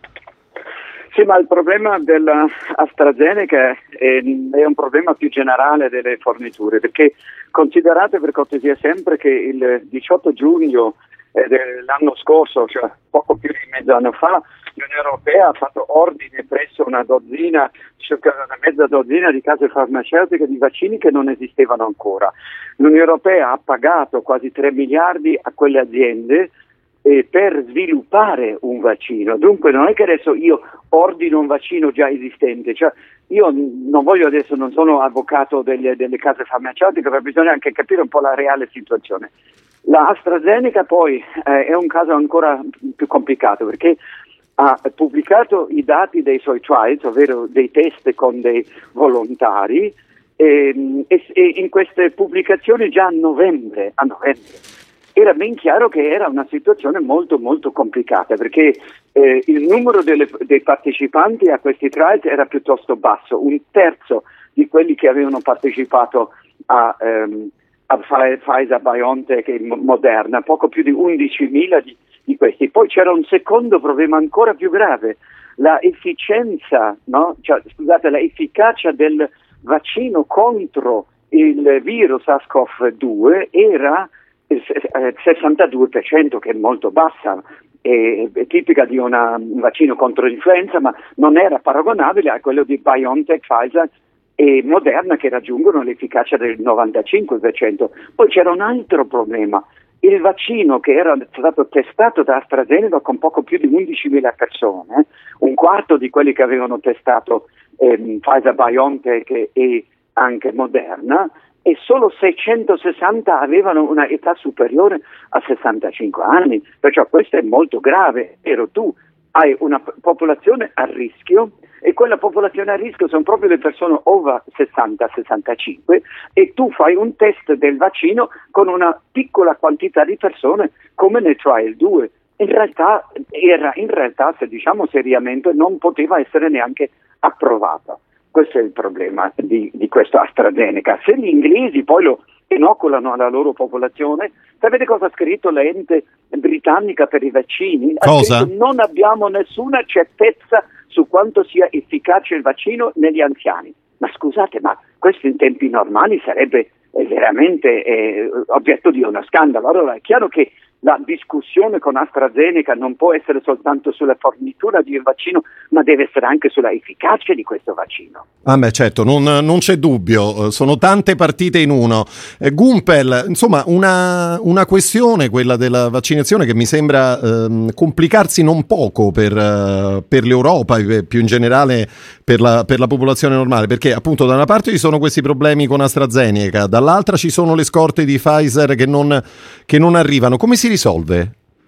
Sì, ma il problema dell'AstraZeneca è un problema più generale delle forniture, perché considerate per cortesia sempre che il 18 giugno dell'anno scorso, cioè poco più di mezzo anno fa, l'Unione Europea ha fatto ordine presso una mezza dozzina di case farmaceutiche di vaccini che non esistevano ancora. L'Unione Europea ha pagato quasi 3 miliardi a quelle aziende per sviluppare un vaccino. Dunque non è che adesso io ordino un vaccino già esistente, cioè io non sono avvocato delle case farmaceutiche, ma bisogna anche capire un po' la reale situazione. La AstraZeneca poi è un caso ancora più complicato, perché ha pubblicato i dati dei suoi trials, ovvero dei test con dei volontari, e in queste pubblicazioni già a novembre era ben chiaro che era una situazione molto molto complicata, perché il numero dei partecipanti a questi trials era piuttosto basso, un terzo di quelli che avevano partecipato a Pfizer, BioNTech e Moderna, poco più di 11.000 di questi. Poi c'era un secondo problema ancora più grave: la efficienza, la efficacia del vaccino contro il virus SARS-CoV-2 era il 62%, che è molto bassa, è tipica di un vaccino contro l'influenza, ma non era paragonabile a quello di BioNTech, Pfizer e Moderna, che raggiungono l'efficacia del 95%. Poi c'era un altro problema: il vaccino che era stato testato da AstraZeneca con poco più di 11.000 persone, un quarto di quelli che avevano testato Pfizer, BioNTech e anche Moderna, e solo 660 avevano una età superiore a 65 anni, perciò questo è molto grave. Tu hai una popolazione a rischio, e quella popolazione a rischio sono proprio le persone over 60-65, e tu fai un test del vaccino con una piccola quantità di persone, come nel trial 2. In realtà, se diciamo seriamente, non poteva essere neanche approvata. Questo è il problema di questo AstraZeneca. Se gli inglesi poi lo inoculano alla loro popolazione, sapete cosa ha scritto l'ente britannica per i vaccini? Cosa? Ha scritto: non abbiamo nessuna certezza su quanto sia efficace il vaccino negli anziani. Ma scusate, ma questo in tempi normali sarebbe veramente oggetto di uno scandalo. Allora è chiaro che la discussione con AstraZeneca non può essere soltanto sulla fornitura di un vaccino, ma deve essere anche sulla efficacia di questo vaccino. Ah beh, certo, non c'è dubbio, sono tante partite in uno. Gumpel, insomma, una questione, quella della vaccinazione, che mi sembra complicarsi non poco per l'Europa e più in generale per la popolazione normale, perché appunto da una parte ci sono questi problemi con AstraZeneca, dall'altra ci sono le scorte di Pfizer che non arrivano. Come si risolve?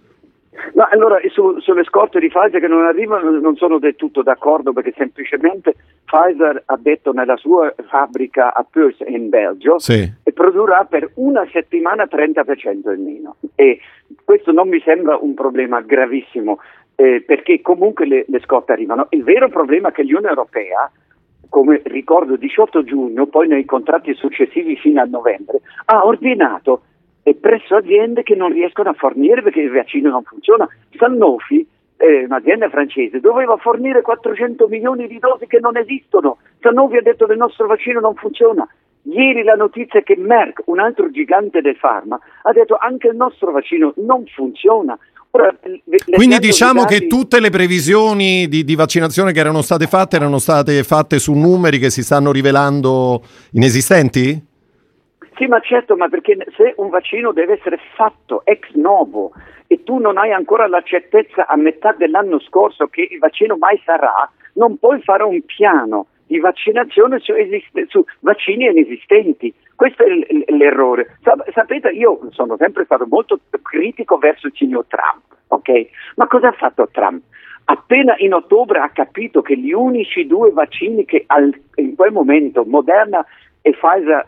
No, allora sulle scorte di Pfizer che non arrivano non sono del tutto d'accordo, perché semplicemente Pfizer ha detto nella sua fabbrica a Puurs in Belgio, sì, e produrrà per una settimana 30% in meno, e questo non mi sembra un problema gravissimo, perché comunque le scorte arrivano. Il vero problema è che l'Unione Europea, come ricordo 18 giugno, poi nei contratti successivi fino a novembre, ha ordinato presso aziende che non riescono a fornire perché il vaccino non funziona. Sanofi un'azienda francese, doveva fornire 400 milioni di dosi che non esistono. Sanofi ha detto che il nostro vaccino non funziona. Ieri la notizia è che Merck, un altro gigante del farma, ha detto anche il nostro vaccino non funziona. Ora, quindi diciamo che tutte le previsioni di vaccinazione che erano state fatte su numeri che si stanno rivelando inesistenti? Sì, ma certo, ma perché se un vaccino deve essere fatto ex novo e tu non hai ancora la certezza a metà dell'anno scorso che il vaccino mai sarà, non puoi fare un piano di vaccinazione su vaccini inesistenti. Questo è l'errore. Sapete, io sono sempre stato molto critico verso il signor Trump, ok? Ma cosa ha fatto Trump? Appena in ottobre ha capito che gli unici 2 vaccini che in quel momento, Moderna e Pfizer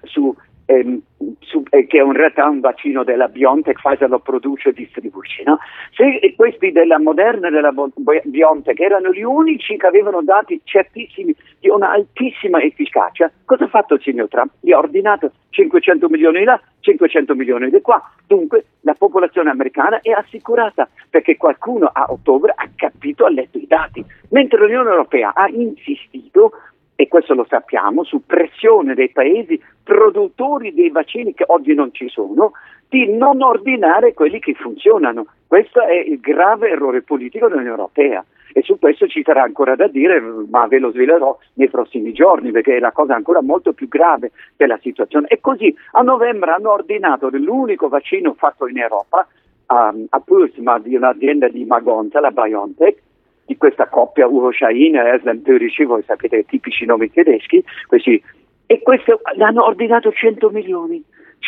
che è in realtà un vaccino della BioNTech, Pfizer lo produce e distribuisce, no? Se questi della Moderna e della BioNTech erano gli unici che avevano dati certissimi di una altissima efficacia, cosa ha fatto il signor Trump? Gli ha ordinato 500 milioni di là, 500 milioni di qua. Dunque la popolazione americana è assicurata, perché qualcuno a ottobre ha capito, ha letto i dati, mentre l'Unione Europea ha insistito, e questo lo sappiamo, su pressione dei paesi produttori dei vaccini che oggi non ci sono, di non ordinare quelli che funzionano. Questo è il grave errore politico dell'Unione Europea e su questo ci sarà ancora da dire, ma ve lo svelerò nei prossimi giorni, perché è la cosa ancora molto più grave della situazione. E così a novembre hanno ordinato l'unico vaccino fatto in Europa a Pulsma di un'azienda di Magonza, la BioNTech, di questa coppia Ugo Shahin e Özlem Türeci, voi sapete, tipici nomi tedeschi, questi, e questo l'hanno ordinato 100 milioni,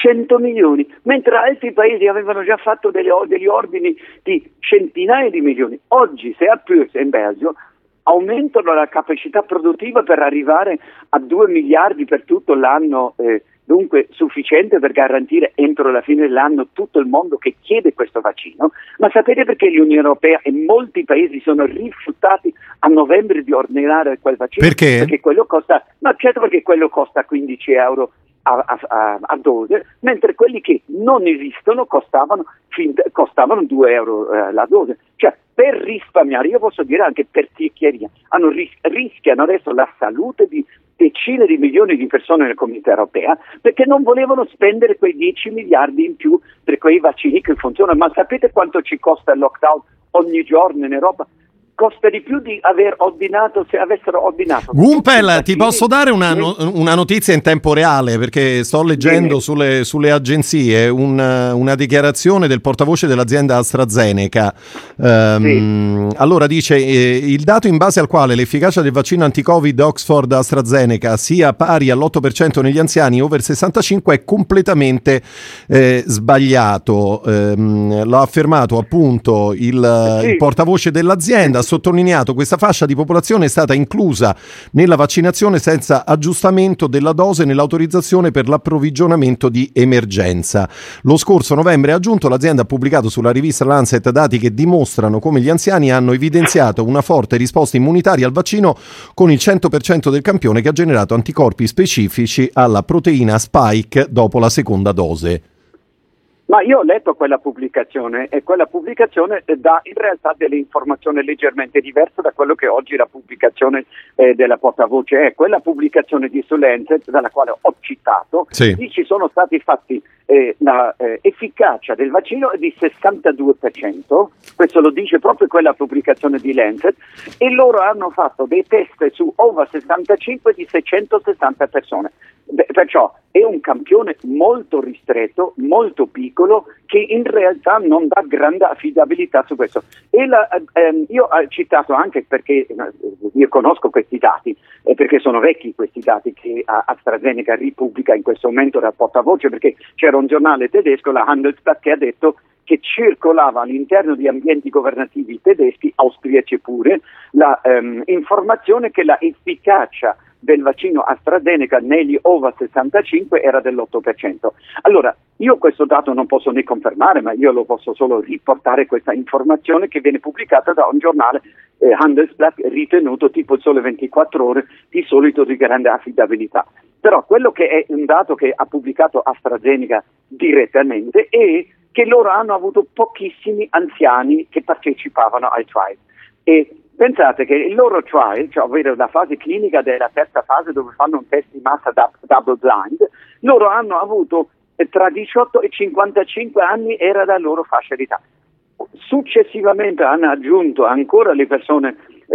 mentre altri paesi avevano già fatto degli ordini di centinaia di milioni. Oggi, se a Purs in Belgio aumentano la capacità produttiva per arrivare a 2 miliardi per tutto l'anno, dunque sufficiente per garantire entro la fine dell'anno tutto il mondo che chiede questo vaccino. Ma sapete perché l'Unione Europea e molti paesi sono rifiutati a novembre di ordinare quel vaccino? Perché quello costa, ma certo, perché quello costa 15 euro a dose, mentre quelli che non esistono costavano 2 euro la dose. Cioè, per risparmiare, io posso dire anche per ticchieria, rischiano adesso la salute di decine di milioni di persone nella comunità europea, perché non volevano spendere quei 10 miliardi in più per quei vaccini che funzionano. Ma sapete quanto ci costa il lockdown ogni giorno in Europa? Costa di più di aver ordinato, se avessero ordinato. Gumpel, ti posso dare una notizia in tempo reale, perché sto leggendo sulle agenzie una dichiarazione del portavoce dell'azienda AstraZeneca. Allora dice il dato in base al quale l'efficacia del vaccino anti-Covid Oxford AstraZeneca sia pari all'8% negli anziani over 65 è completamente sbagliato. L'ha affermato appunto il portavoce dell'azienda. Sottolineato, questa fascia di popolazione è stata inclusa nella vaccinazione senza aggiustamento della dose nell'autorizzazione per l'approvvigionamento di emergenza. Lo scorso novembre, ha aggiunto, l'azienda ha pubblicato sulla rivista Lancet dati che dimostrano come gli anziani hanno evidenziato una forte risposta immunitaria al vaccino, con il 100% del campione che ha generato anticorpi specifici alla proteina spike dopo la seconda dose. Ma io ho letto quella pubblicazione e quella pubblicazione dà in realtà delle informazioni leggermente diverse da quello che oggi la pubblicazione della portavoce è. Quella pubblicazione di Lancet, dalla quale ho citato, ci sono stati fatti l'efficacia del vaccino è di 62%, questo lo dice proprio quella pubblicazione di Lancet, e loro hanno fatto dei test su over 65 di 660 persone. Perciò è un campione molto ristretto, molto piccolo, che in realtà non dà grande affidabilità su questo. E io ho citato anche perché io conosco questi dati, perché sono vecchi questi dati che AstraZeneca ripubblica in questo momento dal portavoce, perché c'era un giornale tedesco, la Handelsblatt, che ha detto che circolava all'interno di ambienti governativi tedeschi, austriaci pure, la informazione che la efficacia del vaccino AstraZeneca negli over 65 era dell'8%. Allora, io questo dato non posso né confermare, ma io lo posso solo riportare, questa informazione che viene pubblicata da un giornale Handelsblatt ritenuto tipo il Sole 24 Ore, di solito di grande affidabilità. Però quello che è un dato che ha pubblicato AstraZeneca direttamente è che loro hanno avuto pochissimi anziani che partecipavano ai trial. E pensate che il loro trial, cioè ovvero la fase clinica della terza fase dove fanno un test di massa double blind, loro hanno avuto tra 18 e 55 anni era la loro fascia d'età. Successivamente hanno aggiunto ancora le persone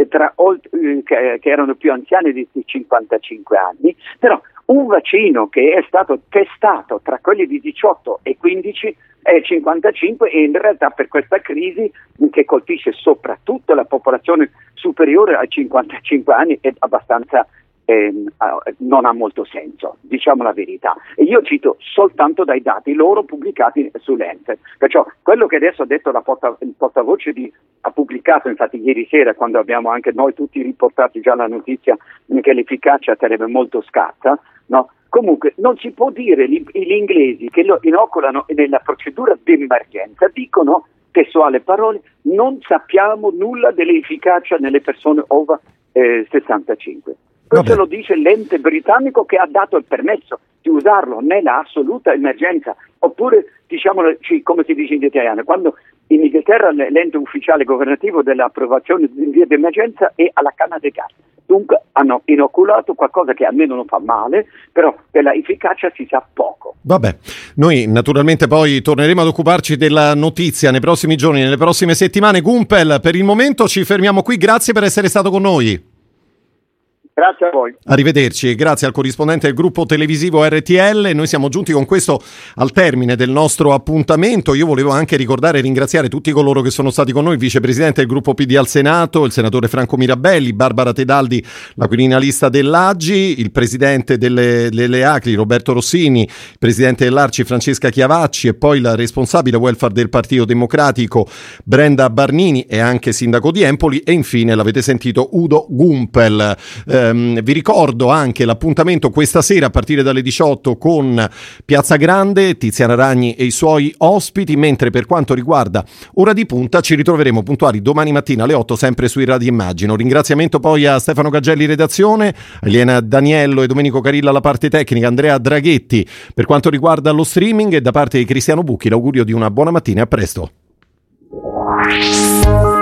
che erano più anziane di 55 anni, però un vaccino che è stato testato tra quelli di 18 e 15 è 55 e in realtà per questa crisi che colpisce soprattutto la popolazione superiore ai 55 anni è abbastanza non ha molto senso, diciamo la verità. E io cito soltanto dai dati loro pubblicati su Lancet, perciò quello che adesso ha detto il portavoce ha pubblicato infatti ieri sera, quando abbiamo anche noi tutti riportato già la notizia che l'efficacia sarebbe molto scarsa, no? Comunque non si può dire, gli inglesi che lo inoculano nella procedura d'emergenza dicono, testuale parole, non sappiamo nulla dell'efficacia nelle persone over 65. Questo lo dice l'ente britannico che ha dato il permesso di usarlo nella assoluta emergenza, oppure diciamolo come si dice in italiano, quando in Inghilterra l'ente ufficiale governativo dell'approvazione in via d'emergenza è alla canna dei gas. Dunque hanno inoculato qualcosa che almeno non fa male, però della efficacia si sa poco. Vabbè, noi naturalmente poi torneremo ad occuparci della notizia nei prossimi giorni, nelle prossime settimane. Gumpel, per il momento ci fermiamo qui, grazie per essere stato con noi. Grazie a voi. Arrivederci e grazie al corrispondente del gruppo televisivo RTL. Noi siamo giunti con questo al termine del nostro appuntamento. Io volevo anche ricordare e ringraziare tutti coloro che sono stati con noi, il vicepresidente del gruppo PD al Senato, il senatore Franco Mirabelli, Barbara Tedaldi, la quirinalista dell'AGI, il presidente delle ACLI Roberto Rossini, il presidente dell'ARCI Francesca Chiavacci e poi la responsabile welfare del Partito Democratico Brenda Barnini e anche sindaco di Empoli e infine l'avete sentito Udo Gumpel. Vi ricordo anche l'appuntamento questa sera a partire dalle 18 con Piazza Grande, Tiziana Ragni e i suoi ospiti, mentre per quanto riguarda Ora di Punta ci ritroveremo puntuali domani mattina alle 8 sempre sui Radio Immagino. Ringraziamento poi a Stefano Gagelli redazione, a Elena Daniello e Domenico Carilla alla parte tecnica, Andrea Draghetti per quanto riguarda lo streaming e da parte di Cristiano Bucchi l'augurio di una buona mattina e a presto.